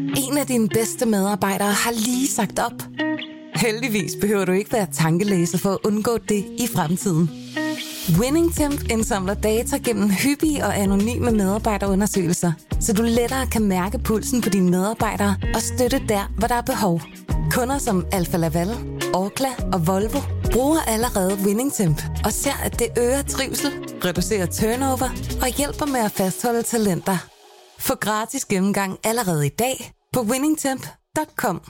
En af dine bedste medarbejdere har lige sagt op. Heldigvis behøver du ikke være tankelæser for at undgå det i fremtiden. WinningTemp indsamler data gennem hyppige og anonyme medarbejderundersøgelser, så du lettere kan mærke pulsen på dine medarbejdere og støtte der, hvor der er behov. Kunder som Alfa Laval, Orkla og Volvo bruger allerede WinningTemp og ser, at det øger trivsel, reducerer turnover og hjælper med at fastholde talenter. Få gratis gennemgang allerede i dag på winningtemp.com.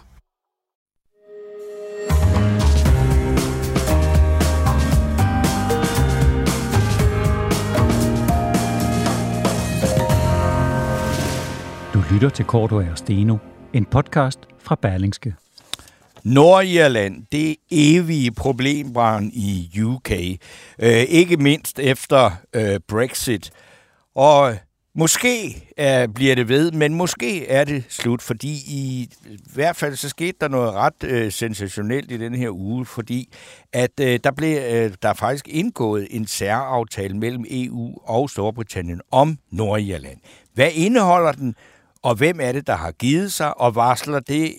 Du lytter til Cordua og Steno, en podcast fra Berlingske. Nordirland, det evige problembarn i UK, ikke mindst efter Brexit. Og måske bliver det ved, men måske er det slut, fordi i hvert fald så skete der noget ret sensationelt i den her uge, fordi at der faktisk indgået en særaftale mellem EU og Storbritannien om Nordirland. Hvad indeholder den, og hvem er det, der har givet sig, og varsler det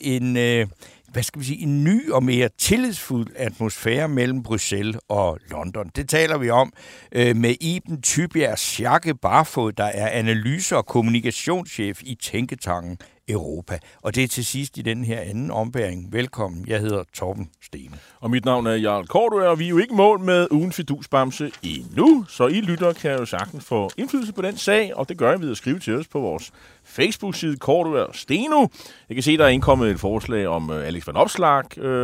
en ny og mere tillidsfuld atmosfære mellem Bruxelles og London? Det taler vi om med Iben Tybjerg Schakke Barfod, der er analyse- og kommunikationschef i Tænketanken Europa. Og det er til sidst i den her anden ombæring. Velkommen, jeg hedder Torben Steno. Og mit navn er Jarl Cordua, og vi er jo ikke mål med ugen fidusbamse endnu, så I lytter kan jo sagtens få indflydelse på den sag, og det gør I ved at skrive til os på vores Facebook-side Cordua og Steno. Jeg kan se, der er indkommet et forslag om Alex van Opslark,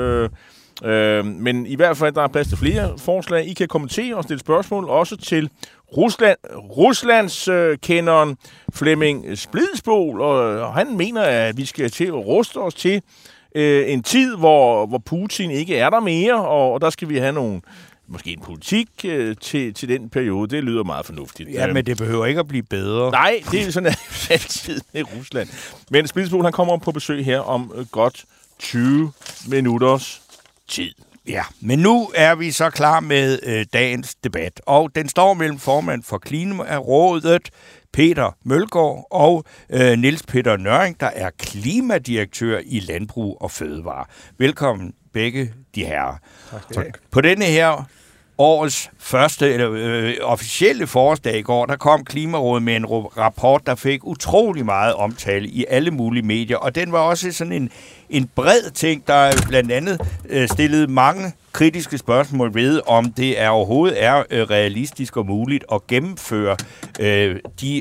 men i hvert fald der er plads til flere forslag. I kan kommentere og stille spørgsmål også til Ruslands kenderen Flemming Splidsbol, og han mener, at vi skal til at ruste os til en tid, hvor Putin ikke er der mere, og der skal vi have måske en politik til den periode. Det lyder meget fornuftigt. Ja, men det behøver ikke at blive bedre. Nej, det er sådan altid i Rusland. Men Splidsbol, han kommer på besøg her om godt 20 minutters tid. Ja, men nu er vi så klar med dagens debat, og den står mellem formand for Klimarådet, Peter Mølgaard, og Niels Peter Nøring, der er klimadirektør i Landbrug og Fødevare. Velkommen begge de herrer. Tak. På denne her årets første officielle forårsdag i går, der kom Klimarådet med en rapport, der fik utrolig meget omtale i alle mulige medier, og den var også sådan en bred ting, der blandt andet stillede mange kritiske spørgsmål ved, om det overhovedet er realistisk og muligt at gennemføre de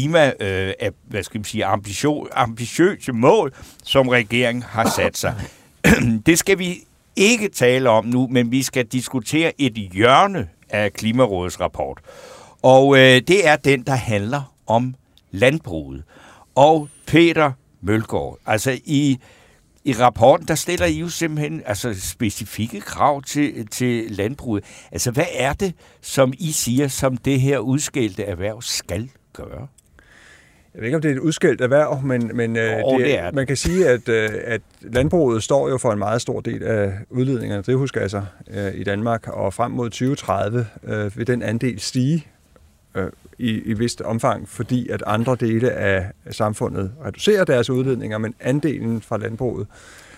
ambitiøse mål, som regeringen har sat sig. Det skal vi ikke tale om nu, men vi skal diskutere et hjørne af Klimarådets rapport. Og det er den, der handler om landbruget. Og Peter Mølgaard, altså i rapporten, der stiller I jo simpelthen specifikke krav til landbruget. Altså, hvad er det, som I siger, som det her udskældte erhverv skal gøre? Jeg ved ikke, om det er et udskældt erhverv, men man kan sige, at landbruget står jo for en meget stor del af udledningerne af drivhusgasser i Danmark, og frem mod 2030 vil den andel stige i vist omfang, fordi at andre dele af samfundet reducerer deres udledninger, men andelen fra landbruget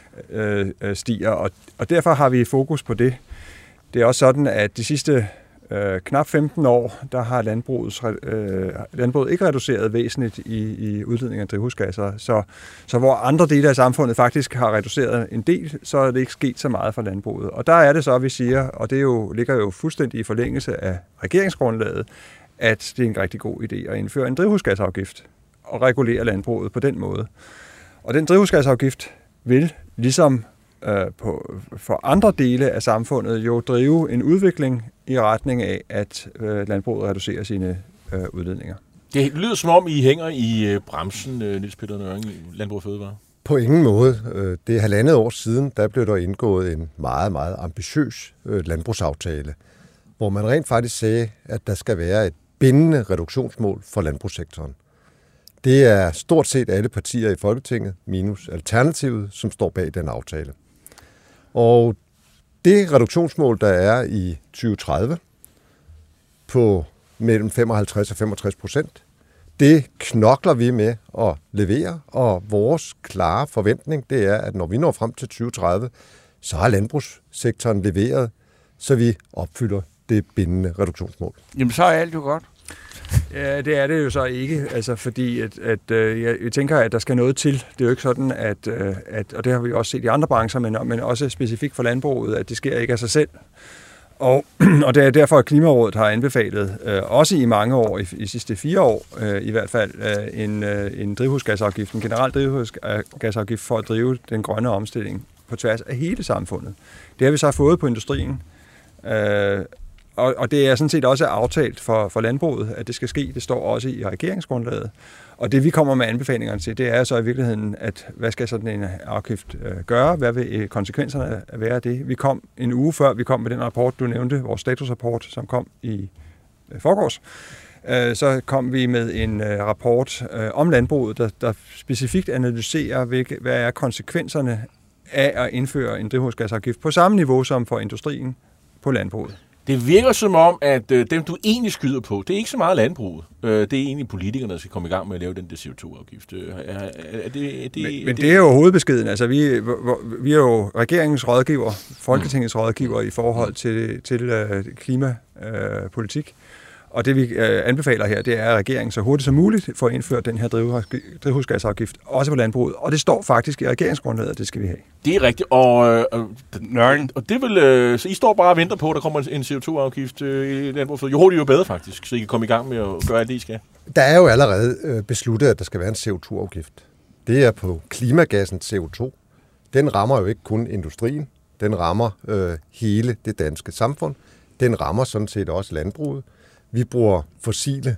stiger, og derfor har vi fokus på det. Det er også sådan, at de sidste knap 15 år, der har landbruget ikke reduceret væsentligt i udledning af drivhusgasser. Så hvor andre dele af samfundet faktisk har reduceret en del, så er det ikke sket så meget for landbruget. Og der er det så, vi siger, og det ligger jo fuldstændig i forlængelse af regeringsgrundlaget, at det er en rigtig god idé at indføre en drivhusgasafgift og regulere landbruget på den måde. Og den drivhusgasafgift vil, ligesom for andre dele af samfundet, jo drive en udvikling i retning af, at landbruget reducerer sine udledninger. Det lyder som om, I hænger i bremsen, Niels Peter Nøring, i Landbrug og Fødevare. På ingen måde. Det er 1,5 år siden, der blev der indgået en meget, meget ambitiøs landbrugsaftale, hvor man rent faktisk sagde, at der skal være et bindende reduktionsmål for landbrugssektoren. Det er stort set alle partier i Folketinget, minus Alternativet, som står bag den aftale. Og det reduktionsmål, der er i 2030 på mellem 55% og 65%, Det knokler vi med at levere, og vores klare forventning, det er, at når vi når frem til 2030, så har landbrugssektoren leveret, så vi opfylder det bindende reduktionsmål. Jamen, så er alt jo godt. Ja, det er det jo så ikke, altså fordi jeg tænker, at der skal noget til. Det er jo ikke sådan, at og det har vi også set i andre brancher, men også specifikt for landbruget, at det sker ikke af sig selv. Og det er derfor, at Klimarådet har anbefalet, også i mange år, i sidste 4 år i hvert fald, en drivhusgasafgift, en generel drivhusgasafgift for at drive den grønne omstilling på tværs af hele samfundet. Det har vi så fået på industrien, og det er sådan set også aftalt for landbruget, at det skal ske. Det står også i regeringsgrundlaget. Og det vi kommer med anbefalingerne til, det er så i virkeligheden, at hvad skal sådan en afgift gøre? Hvad vil konsekvenserne være af det? Vi kom en uge før, vi kom med den rapport, du nævnte, vores statusrapport, som kom i forgårs. Så kom vi med en rapport om landbruget, der specifikt analyserer, hvad er konsekvenserne af at indføre en drivhusgasafgift på samme niveau som for industrien på landbruget. Det virker som om, at dem, du egentlig skyder på, det er ikke så meget landbruget. Det er egentlig politikerne, der skal komme i gang med at lave den der CO2-afgift. Men det er jo hovedbeskeden. Altså, vi er jo regeringens rådgiver, Folketingets rådgiver i forhold til klimapolitik. Og det vi anbefaler her, det er, at regeringen så hurtigt som muligt får indført den her drivhusgasafgift, også på landbruget. Og det står faktisk i regeringsgrundlaget, at det skal vi have. Det er rigtigt, og det vil, så I står bare og venter på, at der kommer en CO2-afgift i landbruget. Jo hurtigt jo bedre faktisk, så I kan komme i gang med at gøre alt det, I skal. Der er jo allerede besluttet, at der skal være en CO2-afgift. Det er på klimagassen CO2. Den rammer jo ikke kun industrien, den rammer hele det danske samfund. Den rammer sådan set også landbruget. Vi bruger fossile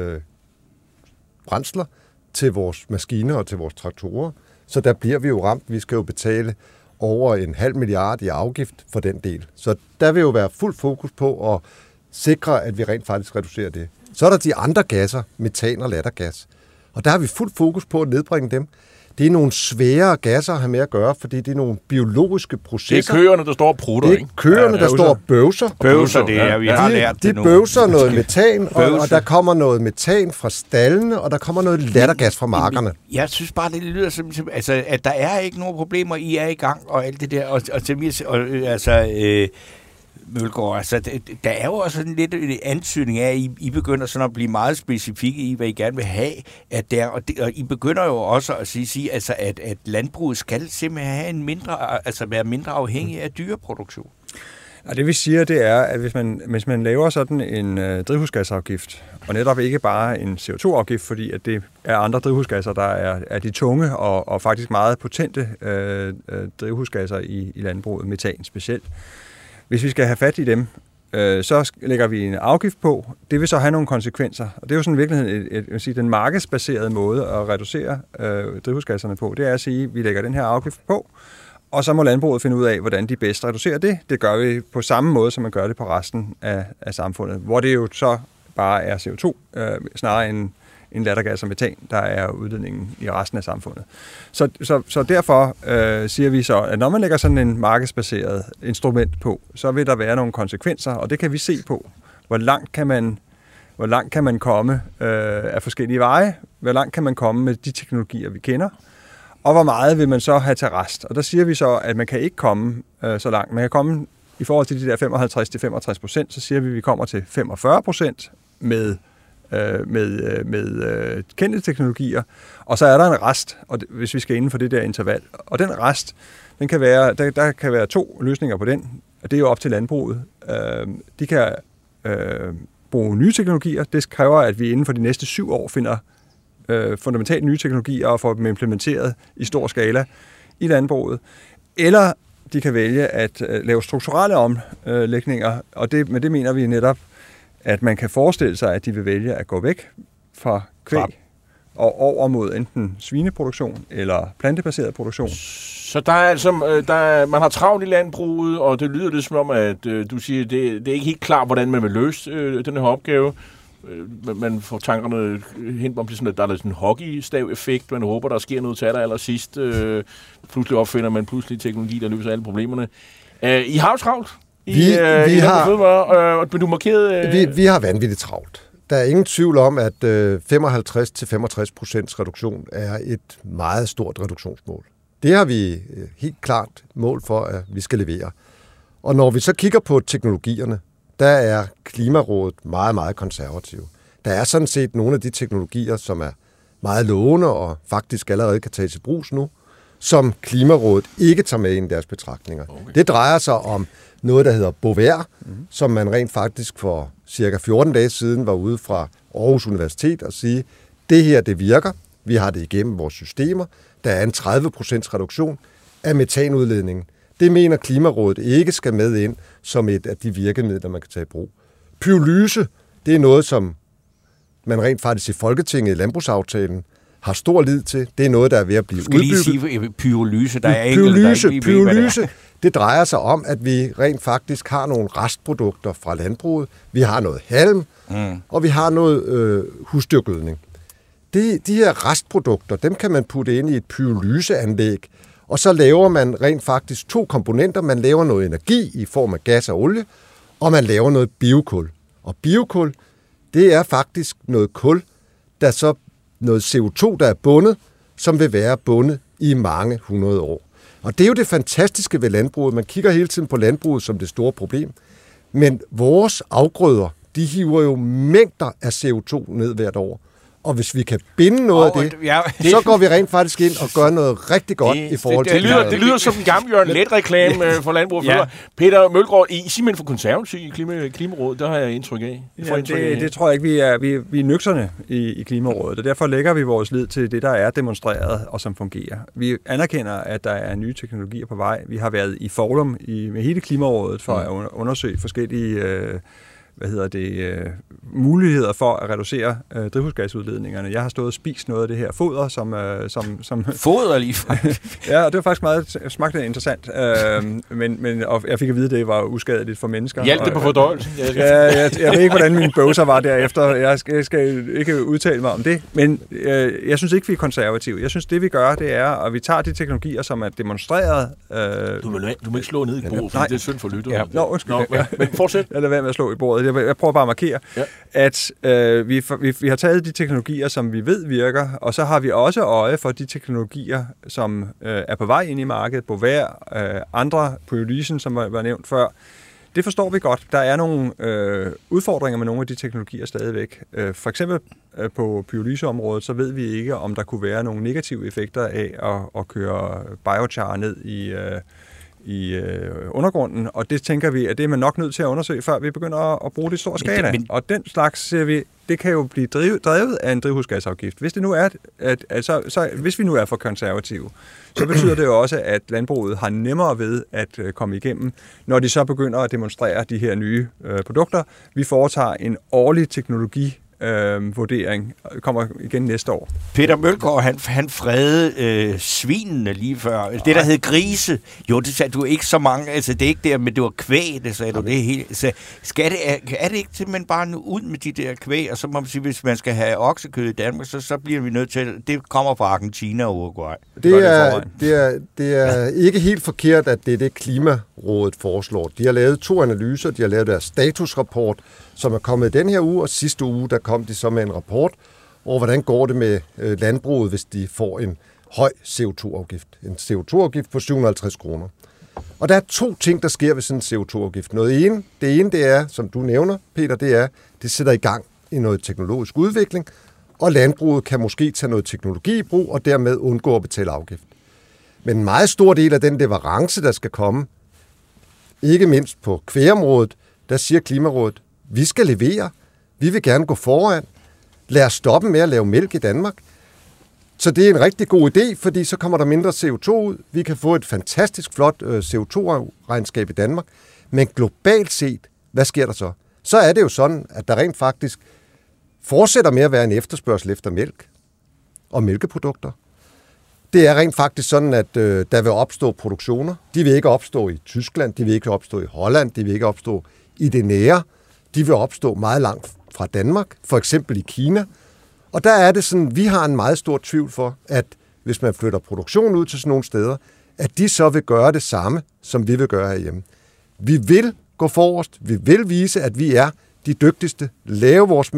brændsler til vores maskiner og til vores traktorer, så der bliver vi jo ramt. Vi skal jo betale over 0,5 milliard i afgift for den del. Så der vil jo være fuld fokus på at sikre, at vi rent faktisk reducerer det. Så er der de andre gasser, metan og lattergas. Og der har vi fuld fokus på at nedbringe dem. Det er nogle svære gasser at have med at gøre, fordi det er nogle biologiske processer. Det er køerne, der står og prutter, ikke? Det er køerne, der står og bøvser. Bøvser, det er, vi har lært det nu. De bøvser noget metan, og der kommer noget metan fra stallene, og der kommer noget lattergas fra markerne. Jeg synes bare, det lyder som, altså, at der er ikke nogen problemer, I er i gang, og alt det der. Mølgaard, altså, der er jo også sådan lidt en antydning af, at I begynder sådan at blive meget specifikke i, hvad I gerne vil have, at der, og I begynder jo også at sige altså, at landbruget skal simpelthen have være mindre afhængig af dyreproduktion. Og det vi siger, det er, at hvis man laver sådan en drivhusgasafgift, og netop ikke bare en CO2-afgift, fordi at det er andre drivhusgasser, der er de tunge og faktisk meget potente drivhusgasser i landbruget, metan specielt. Hvis vi skal have fat i dem, så lægger vi en afgift på. Det vil så have nogle konsekvenser. Og det er jo sådan i virkeligheden den markedsbaserede måde at reducere drivhusgasserne på. Det er at sige, at vi lægger den her afgift på, og så må landbruget finde ud af, hvordan de bedst reducerer det. Det gør vi på samme måde, som man gør det på resten af samfundet, hvor det jo så bare er CO2, snarere end lattergas og metan, der er udledningen i resten af samfundet. Så derfor siger vi så, at når man lægger sådan en markedsbaseret instrument på, så vil der være nogle konsekvenser, og det kan vi se på. Hvor langt kan man komme af forskellige veje? Hvor langt kan man komme med de teknologier, vi kender? Og hvor meget vil man så have til rest? Og der siger vi så, at man kan ikke komme så langt. Man kan komme i forhold til de der 55-65%, så siger vi, at vi kommer til 45% med kendte teknologier, og så er der en rest, og hvis vi skal inden for det der interval. Og den rest, der kan være 2 løsninger på den, og det er jo op til landbruget. De kan bruge nye teknologier. Det kræver, at vi inden for de næste 7 år finder fundamentalt nye teknologier og får dem implementeret i stor skala i landbruget. Eller de kan vælge at lave strukturelle omlægninger, og med det mener vi netop, at man kan forestille sig, at de vil vælge at gå væk fra kvæg og over mod enten svineproduktion eller plantebaseret produktion. Så der er altså, man har travlt i landbruget, og det lyder lidt som om, at du siger, det er ikke helt klart, hvordan man vil løse den her opgave. Man får tankerne hen om, at der er sådan en hockeystav-effekt. Man håber, der sker noget til allersidst. Pludselig opfinder man teknologi, der løser alle problemerne. I har jo travlt. Vi har vanvittigt travlt. Der er ingen tvivl om, at 55-65% reduktion er et meget stort reduktionsmål. Det har vi helt klart mål for, at vi skal levere. Og når vi så kigger på teknologierne, der er Klimarådet meget, meget konservativ. Der er sådan set nogle af de teknologier, som er meget lovende og faktisk allerede kan tages i brug nu, som Klimarådet ikke tager med i deres betragtninger. Okay. Det drejer sig om noget, der hedder Bovaer, som man rent faktisk for cirka 14 dage siden var ude fra Aarhus Universitet og sige, det her, det virker. Vi har det igennem vores systemer. Der er en 30% reduktion af metanudledningen. Det mener Klimarådet ikke skal med ind som et af de virkemidler, man kan tage i brug. Pyrolyse, det er noget, som man rent faktisk i Folketinget i landbrugsaftalen har stor lid til. Det er noget, der er ved at blive udbygget. Skal lige sige pyrolyse? Der er pyrolyse, det drejer sig om, at vi rent faktisk har nogle restprodukter fra landbruget. Vi har noget halm, og vi har noget husdyrgødning. De her restprodukter, dem kan man putte ind i et pyrolyseanlæg, og så laver man rent faktisk 2 komponenter. Man laver noget energi i form af gas og olie, og man laver noget biokul. Og biokul, det er faktisk noget kul, der så noget CO2, der er bundet, som vil være bundet i mange 100 år. Og det er jo det fantastiske ved landbruget. Man kigger hele tiden på landbruget som det store problem. Men vores afgrøder, de hiver jo mængder af CO2 ned hvert år. Og hvis vi kan binde noget af det, så går vi rent faktisk ind og gør noget rigtig godt i forhold til... Det lyder som en gammel Jørgen Let-reklame for landbrug. Ja. Peter Mølgaard, I er simpelthen for konservativ i Klimarådet, der har jeg indtryk af. Det tror jeg ikke, vi er nøgterne i Klimarådet, og derfor lægger vi vores lid til det, der er demonstreret og som fungerer. Vi anerkender, at der er nye teknologier på vej. Vi har været i forum med hele Klimarådet for at undersøge forskellige... muligheder for at reducere drivhusgasudledningerne. Jeg har stået og spist noget af det her foder, som foder lige ja, og det var faktisk meget smagte interessant. Og jeg fik at vide, at det var uskadeligt for mennesker. Hjalp det på fordøjelsen? Jeg ved ikke, hvordan mine bøvser var derefter. Jeg skal ikke udtale mig om det, men jeg synes ikke, vi er konservative. Jeg synes, det vi gør, det er, at vi tager de teknologier, som er demonstreret... Du må ikke slå ned i bordet, for det er synd for lytterne. Ja. Nå, undskyld. Men fortsæt. Jeg lader være med at slå i bordet. Jeg prøver bare at markere, at vi har taget de teknologier, som vi ved virker, og så har vi også øje for de teknologier, som er på vej ind i markedet, på hver andre pyrolysen, som var nævnt før. Det forstår vi godt. Der er nogle udfordringer med nogle af de teknologier stadigvæk. For eksempel på pyrolyseområdet, så ved vi ikke, om der kunne være nogle negative effekter af at køre biochar ned i undergrunden, og det tænker vi, at det er man nok nødt til at undersøge, før vi begynder at bruge det i stor skala. Og den slags, ser vi, det kan jo blive drevet af en drivhusgasafgift. Hvis det nu er, hvis vi nu er for konservative, så betyder det jo også, at landbruget har nemmere ved at komme igennem, når de så begynder at demonstrere de her nye produkter. Vi foretager en årlig teknologivurdering, kommer igen næste år. Peter Mølgaard, han fredede svinene lige før. Det, der hed grise, jo, det sagde du ikke så mange, altså det er ikke der, men det var kvæg, det sagde du. Det er helt, så er det ikke simpelthen bare nu ud med de der kvæg, og så må man sige, hvis man skal have oksekød i Danmark, så bliver vi nødt til, det kommer fra Argentina og Uruguay. Det er ikke helt forkert, at det er det Klimarådet foreslår. De har lavet 2 analyser, de har lavet deres statusrapport, som er kommet den her uge, og sidste uge, der kom de så med en rapport over, hvordan går det med landbruget, hvis de får en høj CO2-afgift. En CO2-afgift på 750 kroner. Og der er 2 ting, der sker ved sådan en CO2-afgift. Det ene, det er, som du nævner, Peter, det sætter i gang i noget teknologisk udvikling, og landbruget kan måske tage noget teknologi i brug, og dermed undgå at betale afgift. Men en meget stor del af den leverance, der skal komme, ikke mindst på kvægområdet, der siger Klimarådet, vi skal levere, vi vil gerne gå foran, lad os stoppe med at lave mælk i Danmark. Så det er en rigtig god idé, fordi så kommer der mindre CO2 ud. Vi kan få et fantastisk flot CO2-regnskab i Danmark. Men globalt set, hvad sker der så? Så er det jo sådan, at der rent faktisk fortsætter med at være en efterspørgsel efter mælk og mælkeprodukter. Det er rent faktisk sådan, at der vil opstå produktioner. De vil ikke opstå i Tyskland, de vil ikke opstå i Holland, de vil ikke opstå i det nære. De vil opstå meget langt fra Danmark, for eksempel i Kina. Og der er det sådan, vi har en meget stor tvivl for, at hvis man flytter produktion ud til sådan nogle steder, at de så vil gøre det samme, som vi vil gøre herhjemme. Vi vil gå forrest, vi vil vise, at vi er de dygtigste, lave vores mælk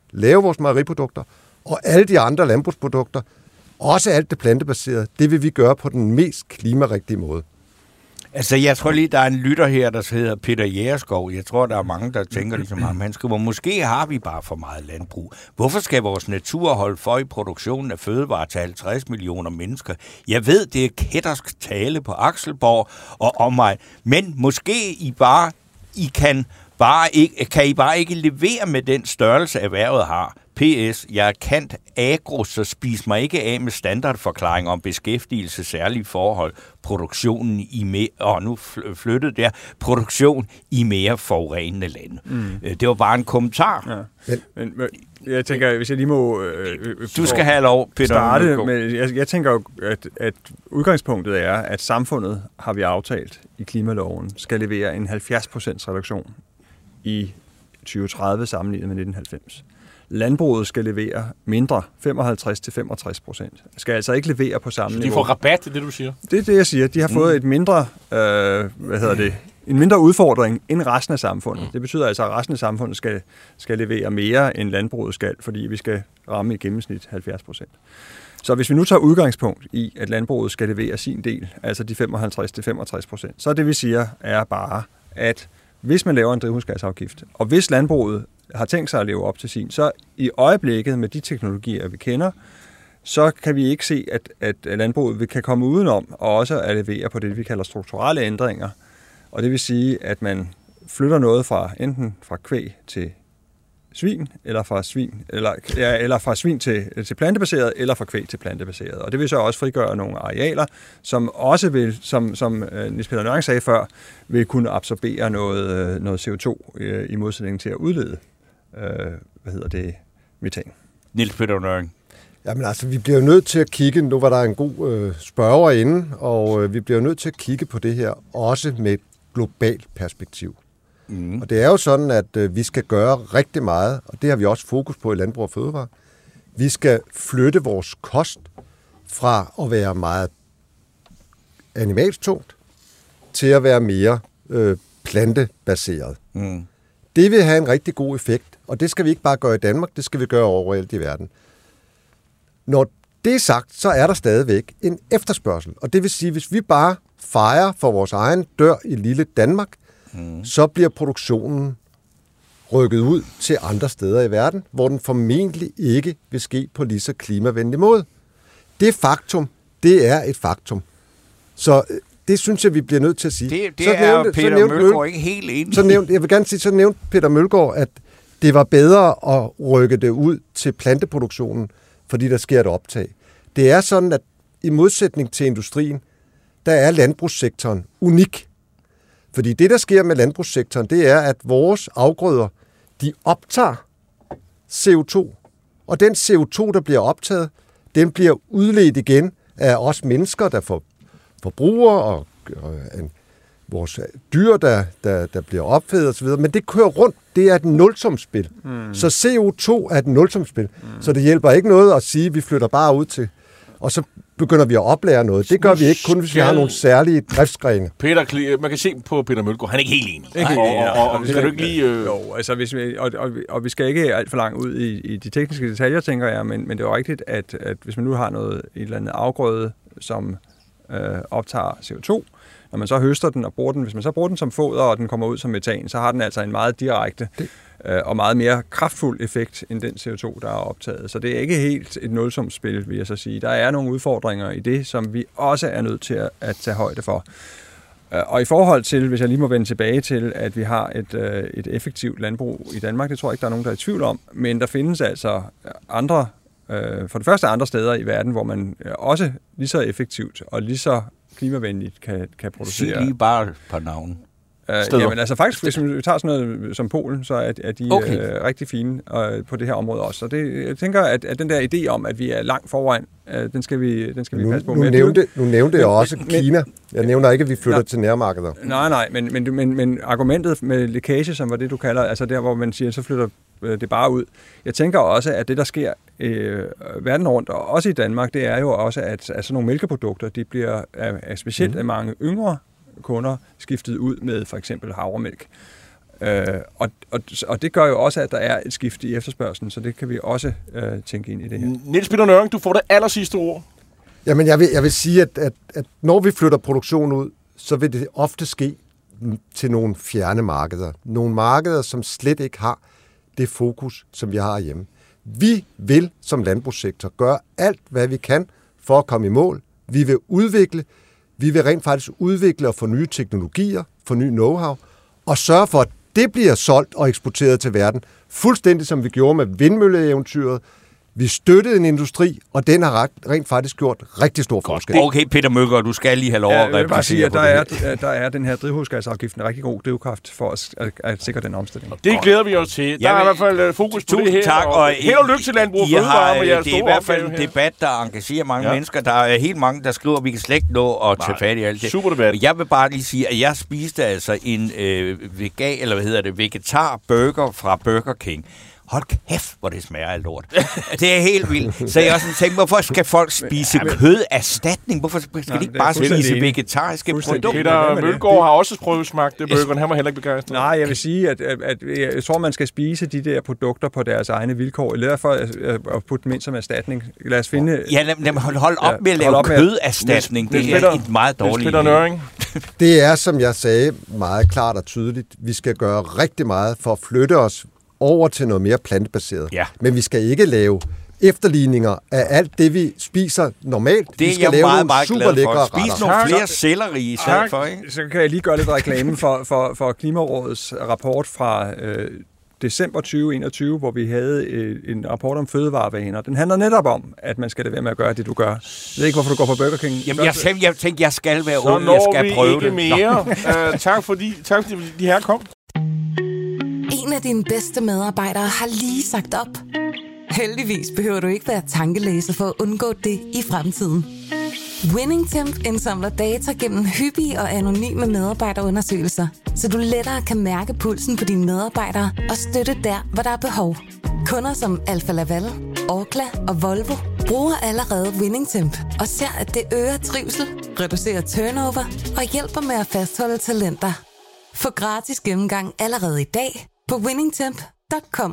lave vores mejeriprodukter, og alle de andre landbrugsprodukter, også alt det plantebaserede, det vil vi gøre på den mest klimarigtige måde. Altså, jeg tror lige, der er en lytter her, der hedder Peter Jægerskov. Jeg tror, der er mange, der tænker ligesom ham. Han skriver, måske har vi bare for meget landbrug. Hvorfor skal vores natur holde for i produktionen af fødevarer til 50 millioner mennesker? Jeg ved, det er kættersk tale på Akselborg og om mig, men måske kan I bare ikke levere med den størrelse, erhvervet har. PS, jeg er kant agro, så spis mig ikke af med standardforklaring om beskæftigelse, særlige forhold, produktionen i produktion i mere forurenende lande. Det var bare en kommentar. Ja. Men jeg tænker, hvis jeg lige må... du skal have lov, Peter. Starte med, jeg tænker jo, at udgangspunktet er, at samfundet, har vi aftalt i klimaloven, skal levere en 70% reduktion i 2030 sammenlignet med 1990. Landbruget skal levere mindre, 55-65%. Skal altså ikke levere på samme niveau. De får rabat, det du siger? Det er det, jeg siger. De har fået et mindre, en mindre udfordring end resten af samfundet. Det betyder altså, at resten af samfundet skal levere mere, end landbruget skal, fordi vi skal ramme i gennemsnit 70%. Så hvis vi nu tager udgangspunkt i, at landbruget skal levere sin del, altså de 55-65%, så det vi siger er bare, at hvis man laver en drivhusgasafgift, og hvis landbruget har tænkt sig at leve op til sin, så i øjeblikket med de teknologier, vi kender, så kan vi ikke se, at landbruget kan komme udenom og også at levere på det, vi kalder strukturelle ændringer. Og det vil sige, at man flytter noget fra enten fra kvæg til svin, eller fra svin til plantebaseret, eller fra kvæg til plantebaseret. Og det vil så også frigøre nogle arealer, som også vil, som Niels Peter Nøring sagde før, vil kunne absorbere noget CO2 i modsætning til at udlede metan. Niels Peter Nøring. Jamen altså, vi bliver nødt til at kigge, nu var der en god spørger inde, og vi bliver nødt til at kigge på det her, også med et globalt perspektiv. Og det er jo sådan, at vi skal gøre rigtig meget, og det har vi også fokus på i Landbrug og Fødevare. Vi skal flytte vores kost fra at være meget animalstungt til at være mere plantebaseret. Det vil have en rigtig god effekt, og det skal vi ikke bare gøre i Danmark, det skal vi gøre overalt i verden. Når det er sagt, så er der stadigvæk en efterspørgsel, og det vil sige, hvis vi bare fejrer for vores egen dør i lille Danmark, så bliver produktionen rykket ud til andre steder i verden, hvor den formentlig ikke vil ske på lige så klimavenlig måde. Det faktum, det er et faktum. Så det synes jeg, vi bliver nødt til at sige. Det er Peter Mølgaard ikke helt enig. Jeg vil gerne sige, så nævnte Peter Mølgaard, at det var bedre at rykke det ud til planteproduktionen, fordi der sker et optag. Det er sådan, at i modsætning til industrien, der er landbrugssektoren unik. Fordi det, der sker med landbrugssektoren, det er, at vores afgrøder, de optager CO2. Og den CO2, der bliver optaget, den bliver udledt igen af os mennesker, der forbruger, og vores dyr, der bliver opfedet osv. Men det kører rundt. Det er et nulsumsspil. Så CO2 er et nulsumsspil. Så det hjælper ikke noget at sige, at vi flytter bare ud til, og så begynder vi at oplære noget. Det gør vi ikke kun, hvis vi har nogle særlige driftsgrene. Peter, man kan se på Peter Mølgaard, han er ikke helt enig. Og skal du ikke lige... Jo, altså vi skal ikke alt for langt ud i de tekniske detaljer, tænker jeg, men det er jo rigtigt, at hvis man nu har et eller andet afgrøde, som optager CO2, når man så høster den og bruger den, hvis man så bruger den som foder, og den kommer ud som metan, så har den altså en meget direkte og meget mere kraftfuld effekt end den CO2, der er optaget. Så det er ikke helt et nulsumsspil, vil jeg så sige. Der er nogle udfordringer i det, som vi også er nødt til at tage højde for. Og i forhold til, hvis jeg lige må vende tilbage til, at vi har et effektivt landbrug i Danmark, det tror jeg ikke, der er nogen, der er i tvivl om, men der findes altså andre, for det første andre steder i verden, hvor man også lige så effektivt og lige så klimavenligt kan producere. Sig lige bare på navn. Jamen altså faktisk, hvis vi tager sådan noget som Polen, så er de rigtig fine på det her område også. Så jeg tænker, at den der idé om, at vi er langt foran, den skal vi passe på med. Nu nævnte jeg også Kina. Jeg nævner ikke, at vi flytter til nærmarkeder. Nej, men argumentet med lækage, som var det, du kalder, altså der, hvor man siger, så flytter det bare ud. Jeg tænker også, at det, der sker verden rundt, og også i Danmark, det er jo også, at sådan nogle mælkeprodukter, de bliver specielt af mange yngre kunder skiftet ud med for eksempel havremælk. Og det gør jo også, at der er et skift i efterspørgselen, så det kan vi også tænke ind i det her. Niels Peter Nøring, du får det aller sidste ord. Jamen, jeg vil sige, at når vi flytter produktion ud, så vil det ofte ske til nogle fjerne markeder. Nogle markeder, som slet ikke har det fokus, som vi har hjemme. Vi vil som landbrugssektor gøre alt, hvad vi kan for at komme i mål. Vi vil udvikle, vi vil rent faktisk udvikle og få nye teknologier, få ny know-how, og sørge for, at det bliver solgt og eksporteret til verden, fuldstændig som vi gjorde med vindmølleeventyret. Vi støttede en industri, og den har rent faktisk gjort rigtig stor forskel. Okay, Peter Mølgaard, du skal lige have lov at repræsentere på det. Der er den her drivhusgasafgift en rigtig god drivkraft for at sikre den omstilling. Det glæder vi os til. Der er i hvert fald fokus på det her. Tak, og held og lykke til Landbrug og Fødevare med jeres store opgave. Det er i hvert fald en debat, der engagerer mange mennesker. Der er helt mange, der skriver, at vi kan slet ikke nå at tage fat i alt det. Super debat. Jeg vil bare lige sige, at jeg spiste altså en vegetar burger fra Burger King. Hold kæft, hvor det smager af lort. Det er helt vildt. Så jeg også tænkte, hvorfor skal folk spise køderstatning? Hvorfor skal de ikke bare spise vegetariske produkter? Peter Mølgaard har også prøvet smagt det burgeren. Han var heller ikke begejstret. Nej, jeg vil sige, at jeg tror, man skal spise de der produkter på deres egne vilkår. I hvert fald at putte dem ind som erstatning. Lad os finde... Ja, hold op med at lave køderstatning. Det er et meget dårligt idé. Det er, som jeg sagde, meget klart og tydeligt. Vi skal gøre rigtig meget for at flytte os over til noget mere plantebaseret. Ja. Men vi skal ikke lave efterligninger af alt det, vi spiser normalt. Det vi skal lave nogle super lækre retter. Spis nogle flere selleri i stedet for, ikke? Så kan jeg lige gøre lidt reklame for Klimarådets rapport fra december 2021, hvor vi havde en rapport om fødevarevaner. Den handler netop om, at man skal lade være med at gøre det, du gør. Jeg ved ikke, hvorfor du går på Burger King. Jamen, jeg tænkte, jeg skal være ung, jeg skal prøve det. Mere. Tak fordi de her kom. En af dine bedste medarbejdere har lige sagt op. Heldigvis behøver du ikke være tankelæser for at undgå det i fremtiden. WinningTemp indsamler data gennem hyppige og anonyme medarbejderundersøgelser, så du lettere kan mærke pulsen på dine medarbejdere og støtte der, hvor der er behov. Kunder som Alfa Laval, Orkla og Volvo bruger allerede WinningTemp og ser, at det øger trivsel, reducerer turnover og hjælper med at fastholde talenter. Få gratis gennemgang allerede i dag på winningtemp.com.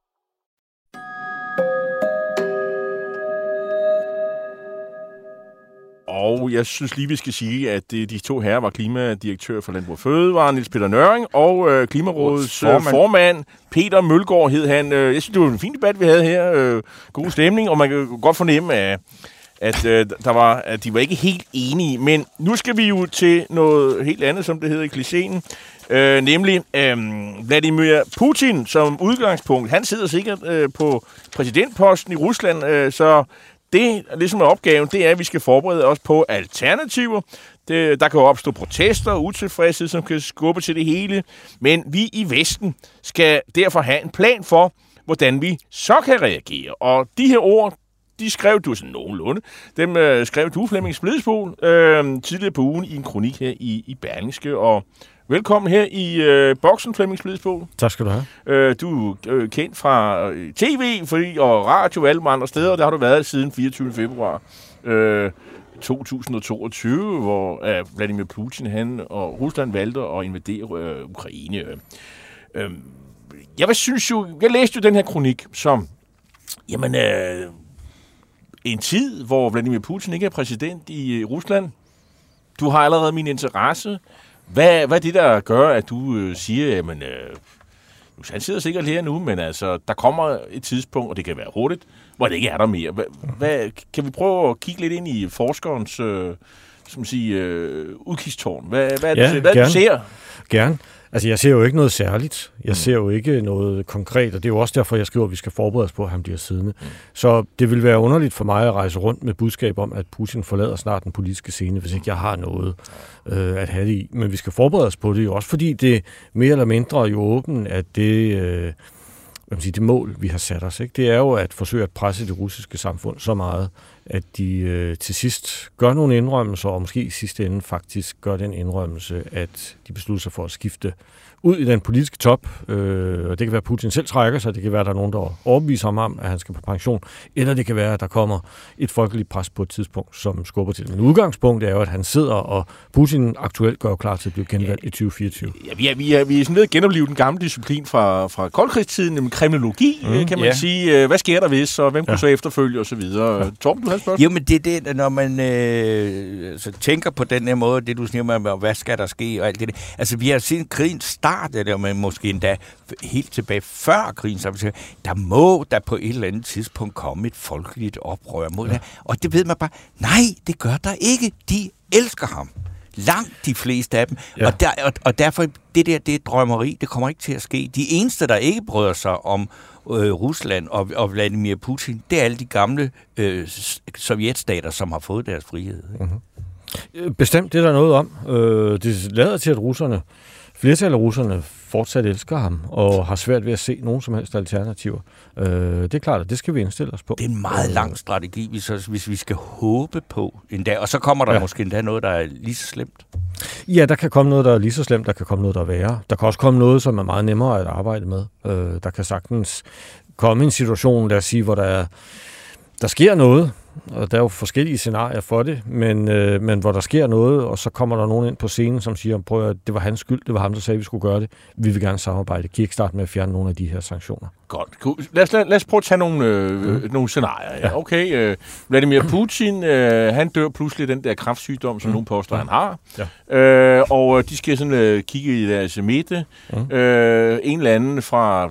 Og jeg synes lige, vi skal sige, at de to herrer var klimadirektør for Landbrug og Fødevare, Niels Peter Nøring, og Klimarådets formand, Peter Mølgaard hed han. Jeg synes, det var en fin debat, vi havde her. God stemning, og man kan godt fornemme, at de var ikke helt enige. Men nu skal vi jo til noget helt andet, som det hedder i klichéen. Nemlig Vladimir Putin som udgangspunkt. Han sidder sikkert på præsidentposten i Rusland, så det ligesom er opgaven, det er, at vi skal forberede os på alternativer. Der kan jo opstå protester og utilfredshed, som kan skubbe til det hele. Men vi i Vesten skal derfor have en plan for, hvordan vi så kan reagere. Og de her ord, de skrev du sådan nogenlunde. Dem skrev du, Flemming Splidsbol, tidligere på ugen i en kronik her i Berlingske. Og velkommen her i boksen, Flemming Splidsbol. Tak skal du have. Du er kendt fra tv og radio og alle andre steder, og der har du været siden 24. februar 2022, hvor Vladimir Putin og Rusland valgte at invadere Ukraine. Jeg læste jo den her kronik som en tid, hvor Vladimir Putin ikke er præsident i Rusland. Du har allerede min interesse. Hvad er det, der gør, at du siger, jamen, han sidder sikkert her nu, men altså, der kommer et tidspunkt, og det kan være hurtigt, hvor det ikke er der mere. Kan vi prøve at kigge lidt ind i forskerens udkigstårn? Hvad er det, du ser? Gerne. Altså, jeg ser jo ikke noget særligt. Jeg ser jo ikke noget konkret, og det er jo også derfor, jeg skriver, at vi skal forberede os på, at han bliver siddende. Så det vil være underligt for mig at rejse rundt med budskab om, at Putin forlader snart den politiske scene, hvis ikke jeg har noget at have det i. Men vi skal forberede os på det jo også, fordi det mere eller mindre jo åbent, at det mål, vi har sat os, ikke? Det er jo at forsøge at presse det russiske samfund så meget, at de til sidst gør nogle indrømmelser, og måske i sidste ende faktisk gør den indrømmelse, at de beslutter sig for at skifte ud i den politiske top, og det kan være, at Putin selv trækker sig, det kan være, at der er nogen, der overbeviser ham, at han skal på pension, eller det kan være, at der kommer et folkeligt pres på et tidspunkt, som skubber til. Men udgangspunktet er jo, at han sidder, og Putin aktuelt gør klar til at blive genvalgt i 2024. Ja, vi er sådan ved at genopleve den gamle disciplin fra koldkrigstiden, nemlig kriminologi, kan man sige. Hvad sker der hvis, og hvem kunne så efterfølge, og så videre. Torben, du har et spørgsmål? Jo, men det er det, når man så tænker på den her måde, det du siger med, hvad skal der ske, og alt det der. Altså, vi har set krigen start, eller man måske endda helt tilbage før krigen, så der må der på et eller andet tidspunkt komme et folkeligt oprør mod det. Og det ved man bare, nej, det gør der ikke. De elsker ham. Langt de fleste af dem. Ja. Og derfor, det er drømmeri, det kommer ikke til at ske. De eneste, der ikke bryder sig om Rusland og Vladimir Putin, det er alle de gamle sovjetstater, som har fået deres frihed. Mm-hmm. Bestemt, det er der noget om. Det lader til, at flertallet af russerne fortsat elsker ham, og har svært ved at se nogen som helst alternativer. Det er klart, at det skal vi indstille os på. Det er en meget lang strategi, hvis vi skal håbe på en dag. Og så kommer der måske endda noget, der er lige så slemt. Ja, der kan komme noget, der er lige så slemt. Der kan komme noget, der er værre. Der kan også komme noget, som er meget nemmere at arbejde med. Der kan sagtens komme en situation, lad os sige, hvor der sker noget, og der er jo forskellige scenarier for det, men hvor der sker noget, og så kommer der nogen ind på scenen, som siger, prøv at det var hans skyld, det var ham, der sagde, at vi skulle gøre det. Vi vil gerne samarbejde. Kan I ikke starte med at fjerne nogle af de her sanktioner? Godt. Lad os prøve at tage nogle scenarier. Ja. Okay, Vladimir Putin, han dør pludselig den der kræftsygdom, som nogen påstår, han har. Ja. Og de skal sådan kigge i deres midte. En eller anden fra,